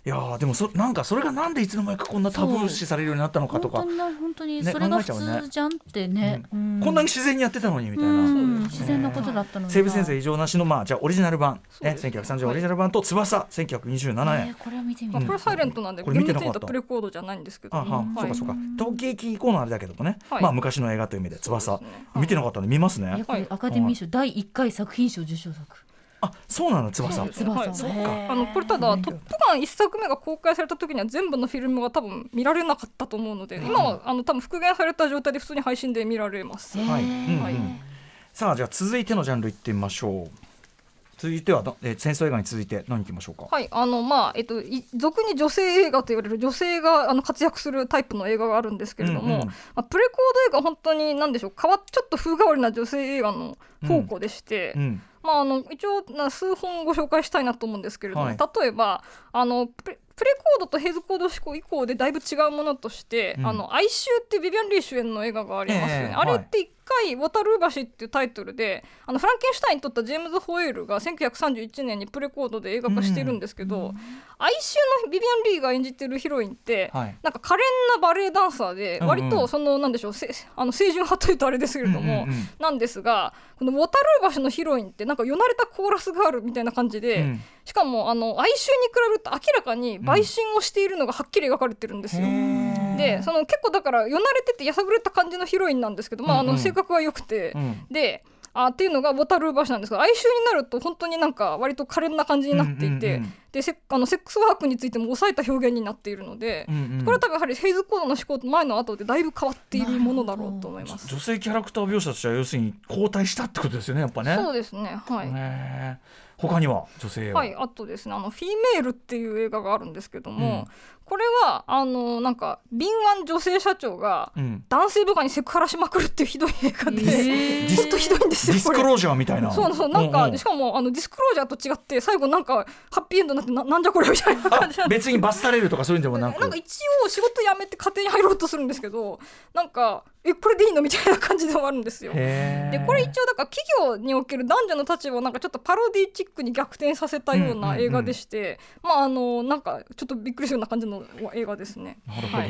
いやでもなんかそれがなんでいつの間にかこんなタブー視されるようになったのかとか、 本当にそれが普通じゃんってね、 こんなに自然にやってたのにみたいな、 自然なことだったのに西部先生異常なしのじゃあオリジナル版、1930オリジナル版と翼1927年、 これは見てみたい。 これサイレントなんでこれ見てなかった。 プレコードじゃないんですけど、 そうか陶器駅以降のあれだけどね、昔の映画という意味で翼、見てなかったんで見ますね。 これアカデミー賞第1回作品賞受賞作。 そうなの翼。 これただトップガン1作目が公開された時には全部のフィルムが多分見られなかったと思うので、今は多分復元された状態で普通に配信で見られます。 さあじゃあ続いてのジャンルいってみましょう。続いては戦争映画に続いて何いきましょうか。 俗に女性映画と言われる女性が活躍するタイプの映画があるんですけれども、プレコード映画本当に何でしょう、ちょっと風変わりな女性映画の宝庫でして、一応数本ご紹介したいなと思うんですけれども、例えばプレコードとヘイズコード思考以降でだいぶ違うものとして、哀愁っていうビビアン・リー主演の映画がありますよね。あれって1回ウォタルー橋っていうタイトルでフランケンシュタインに撮ったジェームズ・ホエールが1931年にプレコードで映画化してるんですけど、哀愁のビビアン・リーが演じてるヒロインって、なんか可憐なバレエダンサーで、割となんでしょう、清純派というとあれですけれども、なんですが、このウォタルー橋のヒロインってなんかよなれたコーラスガールみたいな感じで、しかも哀愁に比べると明らかに売春をしているのがはっきり描かれてるんですよ。で結構だからよなれててやさぐれた感じのヒロインなんですけど、性格は良くて、でっていうのがウォタルー橋なんですが、哀愁になると本当になんか割と可憐な感じになっていて、でセックスワークについても抑えた表現になっているので、これは多分やはりヘイズコードの思考と前の後でだいぶ変わっているものだろうと思います。 女性キャラクター描写としては要するに後退したってことですよね、やっぱね。 そうですね、 他には女性は、 あとですね、フィーメールっていう映画があるんですけども、これはなんか敏腕女性社長が男性部下にセクハラしまくるっていうひどい映画で、ずっとひどいんですよ。 ディスクロージャーみたいな。 そうなんか、しかもディスクロージャーと違って最後なんかハッピーエンドになってなんじゃこれみたいな感じなんで、 別に罰されるとかそういうんでもなく、 なんか一応仕事辞めて家庭に入ろうとするんですけど、なんかこれでいいのみたいな感じで終わるんですよ。でこれ一応だから企業における男女の立場をなんかちょっとパロディチックに逆転させたような映画でして、なんかちょっとびっくりするような感じの映画ですね。 なるほど。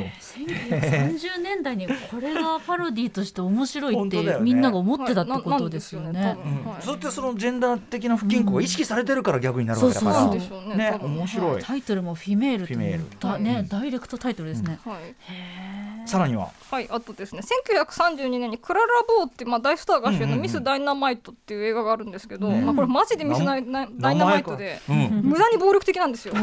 1930年代にこれがパロディとして面白いってみんなが思ってたってことですよね。 それってそのジェンダー的な不均衡が意識されてるから逆になるわけだからね。面白い。 タイトルもフィメールというダイレクトタイトルですね。 さらにはあとですね、1932年にクララ・ボーって大スターが主演のミス・ダイナマイトっていう映画があるんですけど、これマジでミス・ダイナマイトで無駄に暴力的なんですよ。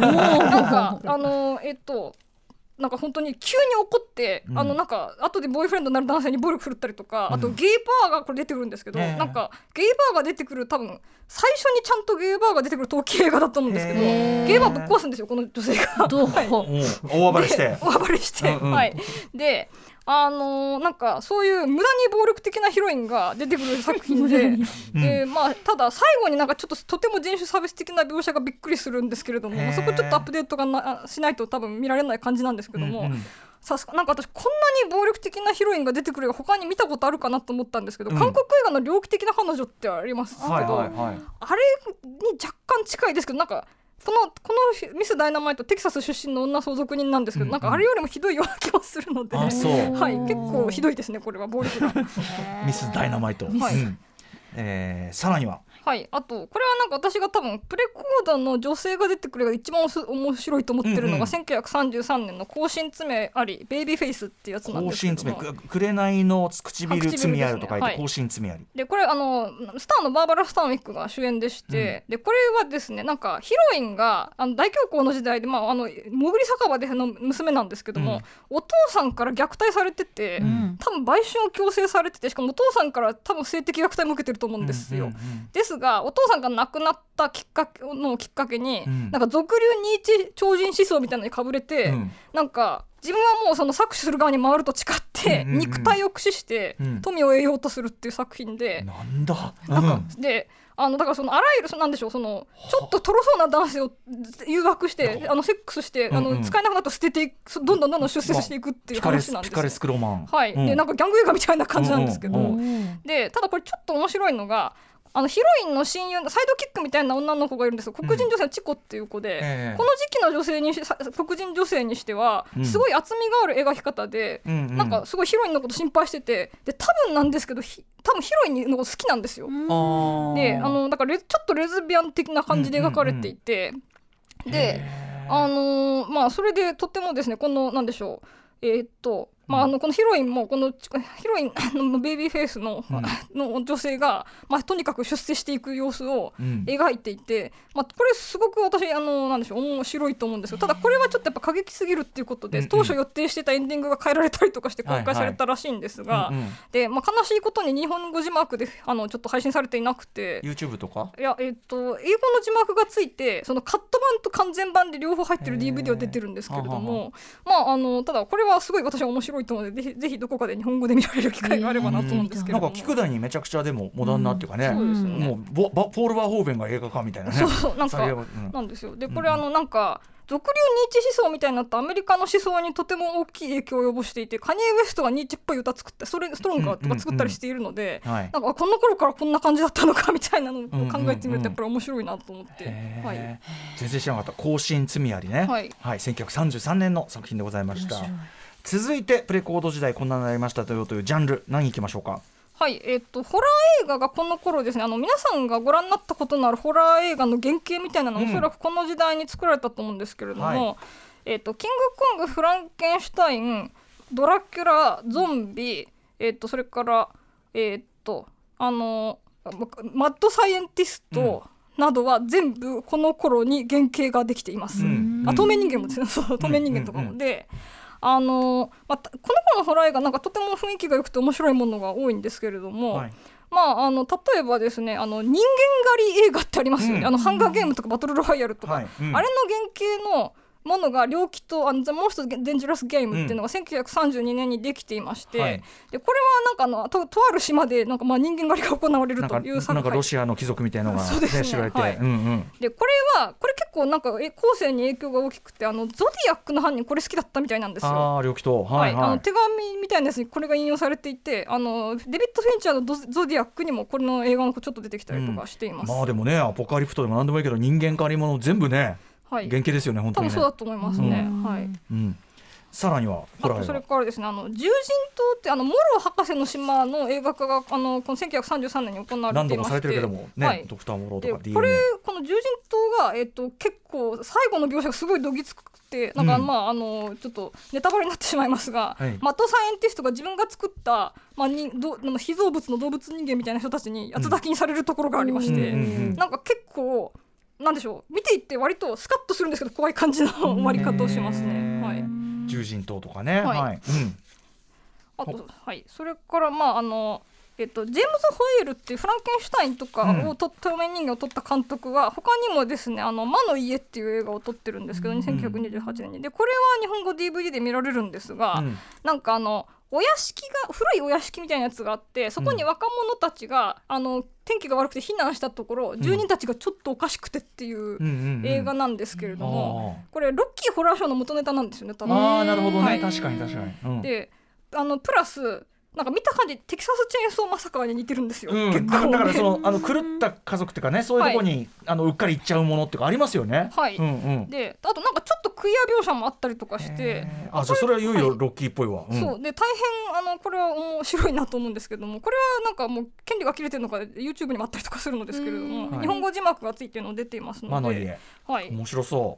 なんか本当に急に怒って、なんか後でボーイフレンドになる男性に暴力振るったりとか、あとゲイバーがこれ出てくるんですけど、なんかゲイバーが出てくる多分最初にちゃんとゲイバーが出てくる陶器映画だと思うんですけど、ゲイバーぶっ壊すんですよこの女性が。 大暴れして、 でなんかそういう無駄に暴力的なヒロインが出てくる作品で、ただ最後になんかちょっととても人種差別的な描写がびっくりするんですけれども、そこちょっとアップデートがしないと多分見られない感じなんですけども、なんか私こんなに暴力的なヒロインが出てくる映画他に見たことあるかなと思ったんですけど、韓国映画の猟奇的な彼女ってありますけど、あれに若干近いですけど、なんかこのミス・ダイナマイトテキサス出身の女相続人なんですけど、なんかあれよりもひどいような気もするので、結構ひどいですね、これは暴力が。 ミス・ダイナマイト、さらにはあとこれはなんか私が多分プレコードの女性が出てくるが一番面白いと思ってるのが、1933年の甲信爪ありベイビーフェイスっていうやつなんですけども、 紅の唇罪あると書いて甲信爪ありで、 これスターのバーバラ・スタンウィックが主演でして、でこれはですね、なんかヒロインが大恐慌の時代で、潜り酒場での娘なんですけども、お父さんから虐待されてて、多分売春を強制されてて、しかもお父さんから多分性的虐待も受けてると思うんですよ。ですがお父さんが亡くなったきっかけに、なんか俗流ニーチェ超人思想みたいなのにかぶれて、なんか自分はもうその搾取する側に回ると誓って、肉体を駆使して富を得ようとするっていう作品で、 なんだ、 でだからそのあらゆるなんでしょう、そのちょっととろそうな男性を誘惑してセックスして、使えなくなったら捨てていく、どんどん出世していくっていう話なんですよ。 ピカレスクロマン、 でなんかギャング映画みたいな感じなんですけど、でただこれちょっと面白いのが、 ヒロインの親友サイドキックみたいな女の子がいるんですよ。黒人女性のチコっていう子で、この時期の女性に黒人女性にしてはすごい厚みがある描き方で、なんかすごいヒロインのこと心配してて、で多分なんですけど多分ヒロインのこと好きなんですよ。でだからちょっとレズビアン的な感じで描かれていて、でそれでとってもですね、このなんでしょう、このヒロインもこのヒロインのベイビーフェイスの女性が、とにかく出世していく様子を描いていて、これすごく私なんでしょう、面白いと思うんですよ。ただこれはちょっとやっぱ過激すぎるっていうことで、当初予定してたエンディングが変えられたりとかして公開されたらしいんですが、で悲しいことに日本語字幕でちょっと配信されていなくて、 YouTube とかいや英語の字幕がついて、そのカット版と完全版で両方入ってる DVD は出てるんですけれども、ただこれはすごい私は面白いと思うので、ぜひどこかで日本語で見られる機会があればなと思うんですけども、 なんか聞くだにめちゃくちゃでもモダンなっていうかね、もうポール・バーホーベンが映画化みたいなね、 そうなんかなんですよ。でこれなんか俗流ニーチ思想みたいになったアメリカの思想にとても大きい影響を及ぼしていて、カニエ・ウエストがニーチっぽい歌作って、ストロンガーとか作ったりしているので、なんかこの頃からこんな感じだったのかみたいなのを考えてみるとやっぱり面白いなと思って、 全然知らなかった。更新罪ありね、1933年の作品でございました。続いてプレコード時代こんなになりましたというジャンル何いきましょうか。 ホラー映画がこの頃ですね、皆さんがご覧になったことのあるホラー映画の原型みたいなのはおそらくこの時代に作られたと思うんですけれども、キングコング、フランケンシュタイン、ドラキュラ、ゾンビ、それからマッドサイエンティストなどは全部この頃に原型ができています。透明人間もですね、透明人間とかもで、この子のホラー映画なんかとても雰囲気が良くて面白いものが多いんですけれども、例えばですね、人間狩り映画ってありますよね、ハンガーゲームとかバトルロワイヤルとか、あれの原型のものが猟奇とThe Most Dangerous Game っていうのが1932年にできていまして、でこれはなんかとある島でなんか人間狩りが行われるというなんかロシアの貴族みたいなのが、知られて、 でこれ結構なんか後世に影響が大きくて、ゾディアックの犯人これ好きだったみたいなんですよ。 猟奇と、 手紙みたいなやつにこれが引用されていて、デビッド・フィンチャーのゾディアックにもこれの映画がちょっと出てきたりとかしています。 でもね、アポカリプトでも何でもいいけど人間狩り物全部ね、原型ですよね、本当にね。 多分そうだと思いますね。 さらにはそれからですね、獣人島ってモロ博士の島の映画化がこの1933年に行われていまして、何度もされてるけどもね、ドクターモロとか DNA、 この獣人島が、結構最後の描写がすごいどぎつくて、なんかちょっとネタバレになってしまいますが、マッドサイエンティストが自分が作った被造物の動物人間みたいな人たちに八つ咲きにされるところがありまして、なんか結構なんでしょう、見ていって割とスカッとするんですけど怖い感じの終わり方をしますね。 獣人島とかね。 あとそれからジェームズ・ホエールっていうフランケンシュタインとかを透明人間を撮った監督は他にもですね、魔の家っていう映画を撮ってるんですけど、1928年にで、これは日本語 DVD で見られるんですが、なんかお屋敷が古いお屋敷みたいなやつがあって、そこに若者たちが天気が悪くて避難したところ、住人たちがちょっとおかしくてっていう映画なんですけれども、これロッキーホラーショーの元ネタなんですよね、多分。 なるほどね、確かに、 でプラスなんか見た感じテキサスチェーンソーマサカーに似てるんですよ、結構ね。 だから狂った家族っていうかね、そういうところに、うっかり行っちゃうものっていうかありますよね。であとなんかちょっとクイア描写もあったりとかして、それはいよいよロッキーっぽいわ。 そうで大変これは面白いなと思うんですけども、これはなんかもう権利が切れてるのか YouTube にもあったりとかするのですけれども、日本語字幕がついてるの出ていますので、 面白そう。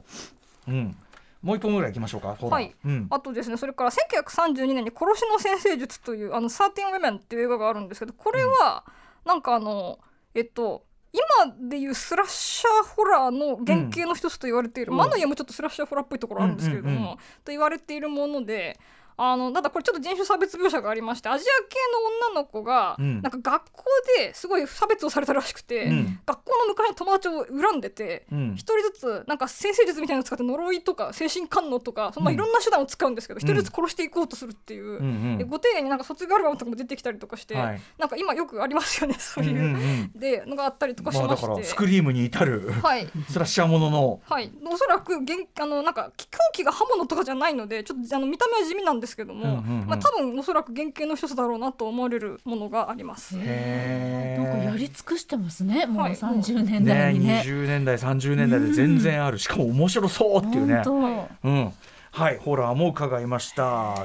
もう一本ぐらい行きましょうか。 あとですね、それから1932年に殺しの先生術という13 Women っていう映画があるんですけど、これはなんか今でいうスラッシャーホラーの原型の一つと言われている、魔の家もちょっとスラッシャーホラーっぽいところあるんですけれども、と言われているもので、ただこれちょっと人種差別描写がありまして、アジア系の女の子がなんか学校ですごい差別をされたらしくて、学校のも昔の友達を恨んでて、一人ずつなんか先生術みたいなのを使って呪いとか精神官能とかいろんな手段を使うんですけど、一人ずつ殺していこうとするっていう、でご丁寧になんか卒業アルバムとかも出てきたりとかして、なんか今よくありますよね、そういうでのがあったりとかしまして、 だからスクリームに至る、スラッシャーものの、 おそらくなんか凶器が刃物とかじゃないのでちょっと見た目は地味なんですけども、多分おそらく原型の一つだろうなと思われるものがあります。 なんかやり尽くしてますね、もう30年代にね。 20年代30年代で全然ある、しかも面白そうっていうね。はい、ホラーも伺いました。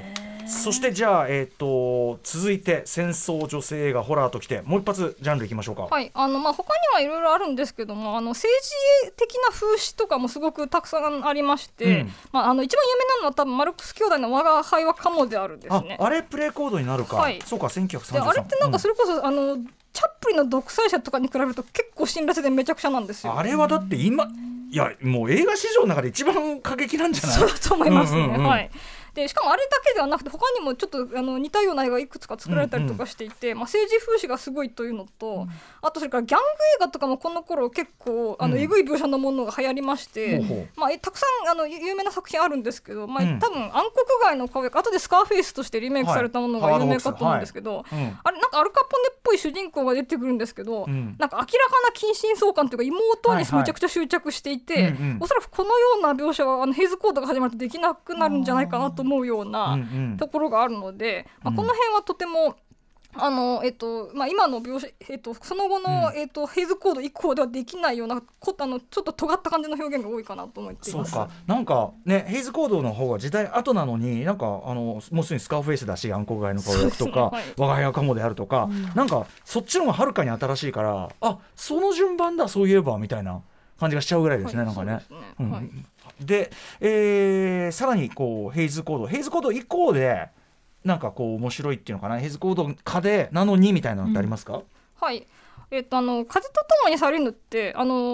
そしてじゃあ、続いて戦争女性映画ホラーときてもう一発ジャンルいきましょうか。 他にはいろいろあるんですけども、政治的な風刺とかもすごくたくさんありまして、一番有名なのは多分マルクス兄弟の我が輩はカモであるですね。 あれプレイコードになるか、そうか1933 であれってなんかそれこそ、チャップリンの独裁者とかに比べると結構辛辣でめちゃくちゃなんですよ。 あれはだって今いやもう映画史上の中で一番過激なんじゃない？ そうだと思いますね。でしかもあれだけではなくて他にもちょっと似たような映画いくつか作られたりとかしていて、政治風刺がすごいというのと、あとそれからギャング映画とかもこの頃結構えぐい描写のものが流行りまして、たくさん有名な作品あるんですけど、多分暗黒街の壁後でスカーフェイスとしてリメイクされたものが有名かと思うんですけど、あれなんかアルカポネっぽい主人公が出てくるんですけど、なんか明らかな近親相関というか妹にめちゃくちゃ執着していて、おそらくこのような描写はヘイズコードが始まるとできなくなるんじゃないかなと思うようなところがあるので、この辺はとても今の描写、その後の、ヘイズコード以降ではできないようなちょっと尖った感じの表現が多いかなと思っています。 そうか、なんかねヘイズコードの方が時代後なのになんかもうすでにスカーフェイスだし暗黒街の顔役とか、我が輩カモであるとか、なんかそっちの方がはるかに新しいから、その順番だそういえばみたいな感じがしちゃうぐらいですね、なんかね。で、さらにこうヘイズコード以降でなんかこう面白いっていうのかな、ヘイズコード下でなのにみたいなのってありますか？ 風と共に去りぬって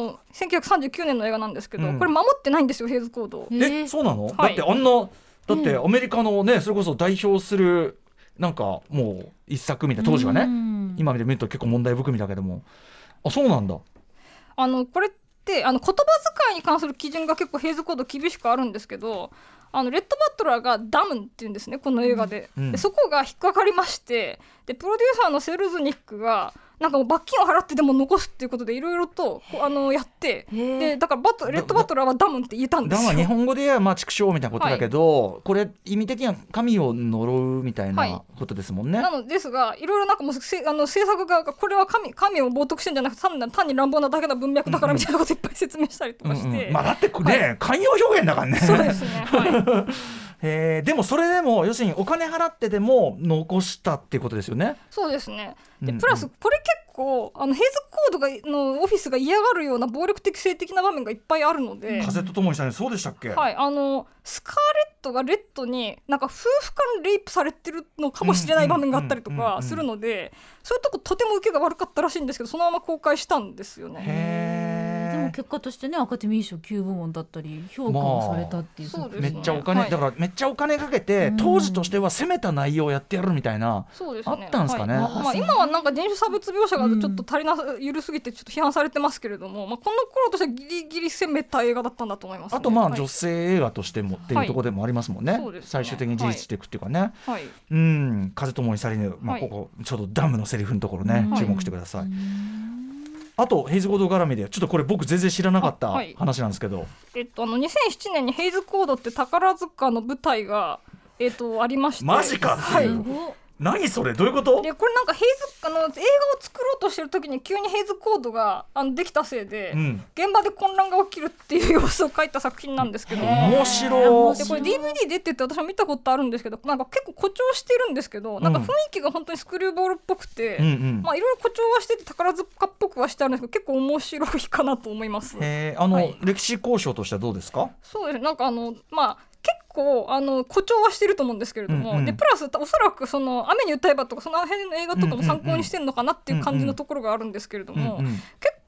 1939年の映画なんですけど、これ守ってないんですよヘイズコード。 そうなの？だってだってアメリカのねそれこそ代表するなんかもう一作みたいな当時はね、今見ると結構問題含みだけども、そうなんだ。 これって言葉遣いに関する基準が結構ヘイズコード厳しくあるんですけど、レッドバトラーがダムって言うんですねこの映画で。でそこが引っかかりまして、でプロデューサーのセルズニックがなんかもう罰金を払ってでも残すっていうことでいろいろとやって、でだからレッドバトラーはダムって言えたんですよ。 ダムは日本語では畜生みたいなことだけど、これ意味的には神を呪うみたいなことですもんね。 なのですがいろいろなんかもう制作側がこれは神を冒涜してんじゃなくて単に乱暴なだけの文脈だからみたいなこといっぱい説明したりとかして、 だってね、寛容表現だからね。 そうですね。 でもそれでも要するにお金払ってでも残したっていうことですよね。 そうですね。でプラスこれ結構ヘイズコードのオフィスが嫌がるような暴力的性的な場面がいっぱいあるので。 風とともにしたね。そうでしたっけ？ スカーレットがレッドになんか夫婦間レイプされてるのかもしれない場面があったりとかするので、そういうとことても受けが悪かったらしいんですけど、そのまま公開したんですよね。 でも結果としてねアカデミー賞9部門だったり評価もされたっていう、 そうですね、 めっちゃお金、だからめっちゃお金かけて、当時としては攻めた内容をやってやるみたいな、 そうですね、 あったんですかね。 今はなんか人種差別描写がちょっと緩すぎてちょっと批判されてますけれども、この頃としてはギリギリ攻めた映画だったんだと思いますね。 あと女性映画としてもっていうところでもありますもんね、最終的に自立していくっていうかね、風ともに去りぬ、ここちょっとダムのセリフのところね、注目してください。あとヘイズコード絡みでちょっとこれ僕全然知らなかった話なんですけど、 2007年にヘイズコードって宝塚の舞台が、ありまして。 マジか、何それ、どういうこと？ でこれなんか映画を作ろうとしてる時に急にヘイズコードができたせいで、現場で混乱が起きるっていう様子を描いた作品なんですけど、 面白い。 でこれ DVD でって言って私は見たことあるんですけど、なんか結構誇張してるんですけど、なんか雰囲気が本当にスクリューボールっぽくて、いろいろ誇張はしてて宝塚っぽくはしてあるんですけど、結構面白いかなと思います。 歴史交渉としてはどうですか？ そうですね、なんか結構誇張はしてると思うんですけれども、でプラスおそらくその雨に歌えばとかその辺の映画とかも参考にしてるのかなっていう感じのところがあるんですけれども、結構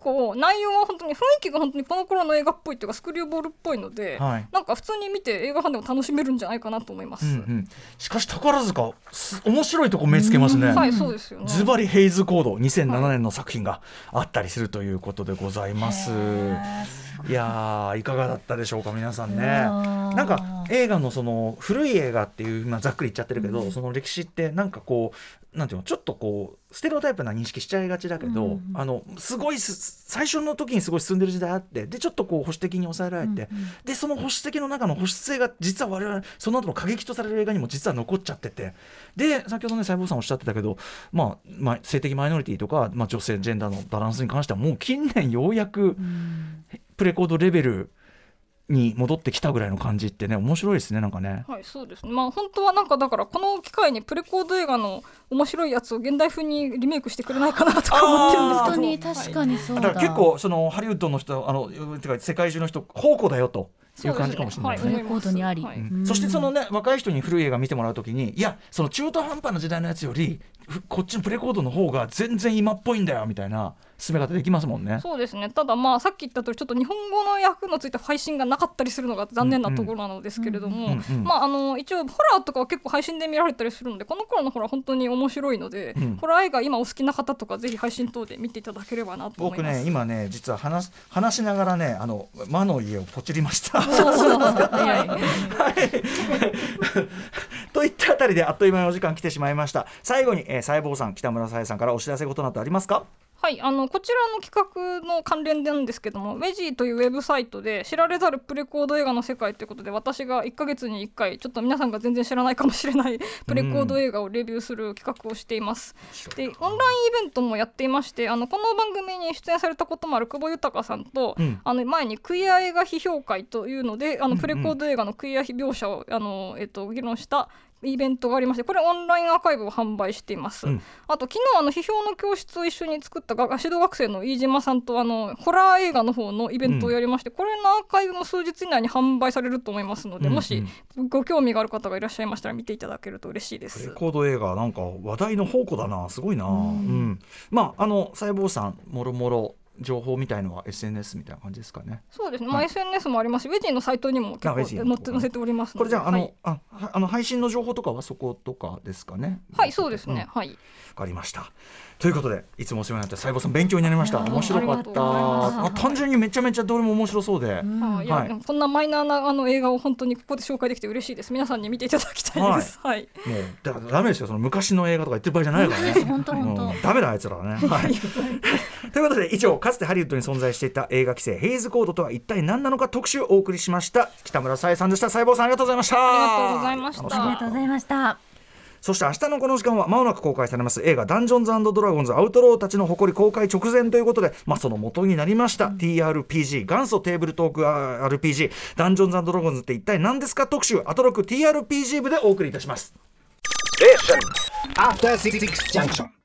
構内容は本当に雰囲気が本当にこの頃の映画っぽいっていうかスクリューボールっぽいので、はい、なんか普通に見て映画館でも楽しめるんじゃないかなと思います、うんうん、 しかし宝塚面白いとこ目つけますね、 はい、そうですよね。 ズバリヘイズコード2007年の作品があったりするということでございます、いやいかがだったでしょうか皆さんね。なんか映画のその古い映画っていう、ざっくり言っちゃってるけど、その歴史ってなんかこうなんていうのちょっとこうステレオタイプな認識しちゃいがちだけど、すごい最初の時にすごい進んでる時代あって、でちょっとこう保守的に抑えられて、でその保守的の中の保守性が実は我々その後の過激とされる映画にも実は残っちゃってて、で先ほどね細胞さんおっしゃってたけど、性的マイノリティとか、女性ジェンダーのバランスに関してはもう近年ようやくプレコードレベルに戻ってきたぐらいの感じってね、面白いですねなんかね。 はい、そうですね。本当はなんかだからこの機会にプレコード映画の面白いやつを現代風にリメイクしてくれないかなとか思ってるんですけど。 本当に確かにそうだ。 だから結構そのハリウッドの人てか世界中の人宝庫だよという感じかもしれないですね。 プレコードにあり、 そしてそのね若い人に古い映画見てもらうときに、いやその中途半端な時代のやつよりこっちのプレコードの方が全然今っぽいんだよみたいな進め方できますもんね。 そうですね。たださっき言った通りちょっと日本語の訳のついた配信がなかったりするのが残念なところなのですけれども、一応ホラーとかは結構配信で見られたりするので、この頃のホラー本当に面白いので、ホラー映画今お好きな方とかぜひ配信等で見ていただければなと思います。 僕ね今ね実は話しながらね魔の家をポチりました。といったあたりであっという間にお時間来てしまいました。最後に細胞さん北村沙耶さんからお知らせことなどありますか？ はい、こちらの企画の関連なんですけども、ウェジーというウェブサイトで知られざるプレコード映画の世界ということで、私が1ヶ月に1回ちょっと皆さんが全然知らないかもしれないプレコード映画をレビューする企画をしています。でオンラインイベントもやっていまして、この番組に出演されたこともある久保豊さんと、前にクイア映画批評会というのでプレコード映画のクイア描写を議論したイベントがありまして、これオンラインアーカイブを販売しています、あと昨日批評の教室を一緒に作った指導学生の飯島さんとホラー映画の方のイベントをやりまして、これのアーカイブも数日以内に販売されると思いますので、もしご興味がある方がいらっしゃいましたら見ていただけると嬉しいです。 プレコード映画なんか話題の宝庫だな、すごいな。細胞さんもろもろ情報みたいのは SNS みたいな感じですかね。 そうですね、SNS もありますし、ウェジーのサイトにも結構載せておりますので、 これじゃあ、配信の情報とかはそことかですかね。 はい、そうですね、はい、 分かりました。ということでいつもお世話になって細胞さん勉強になりました。面白かった。単純にめちゃめちゃどれも面白そうで、 こんなマイナーな映画を本当にここで紹介できて嬉しいです。皆さんに見ていただきたいです。もうだからダメですよ、その昔の映画とか言ってる場合じゃないからね。 本当ダメだあいつらはね。ということで以上、かつてハリウッドに存在していた映画規制ヘイズコードとは一体何なのか特集をお送りしました。北村沙耶さんでした。細胞さんありがとうございました。 ありがとうございました。 ありがとうございました。 そして明日のこの時間は間もなく公開されます映画ダンジョンズ&ドラゴンズアウトローたちの誇り公開直前ということで、その元になりました、TRPG 元祖テーブルトーク RPG ダンジョンズ&ドラゴンズって一体何ですか特集、アトロック TRPG 部でお送りいたします。 After 66 junction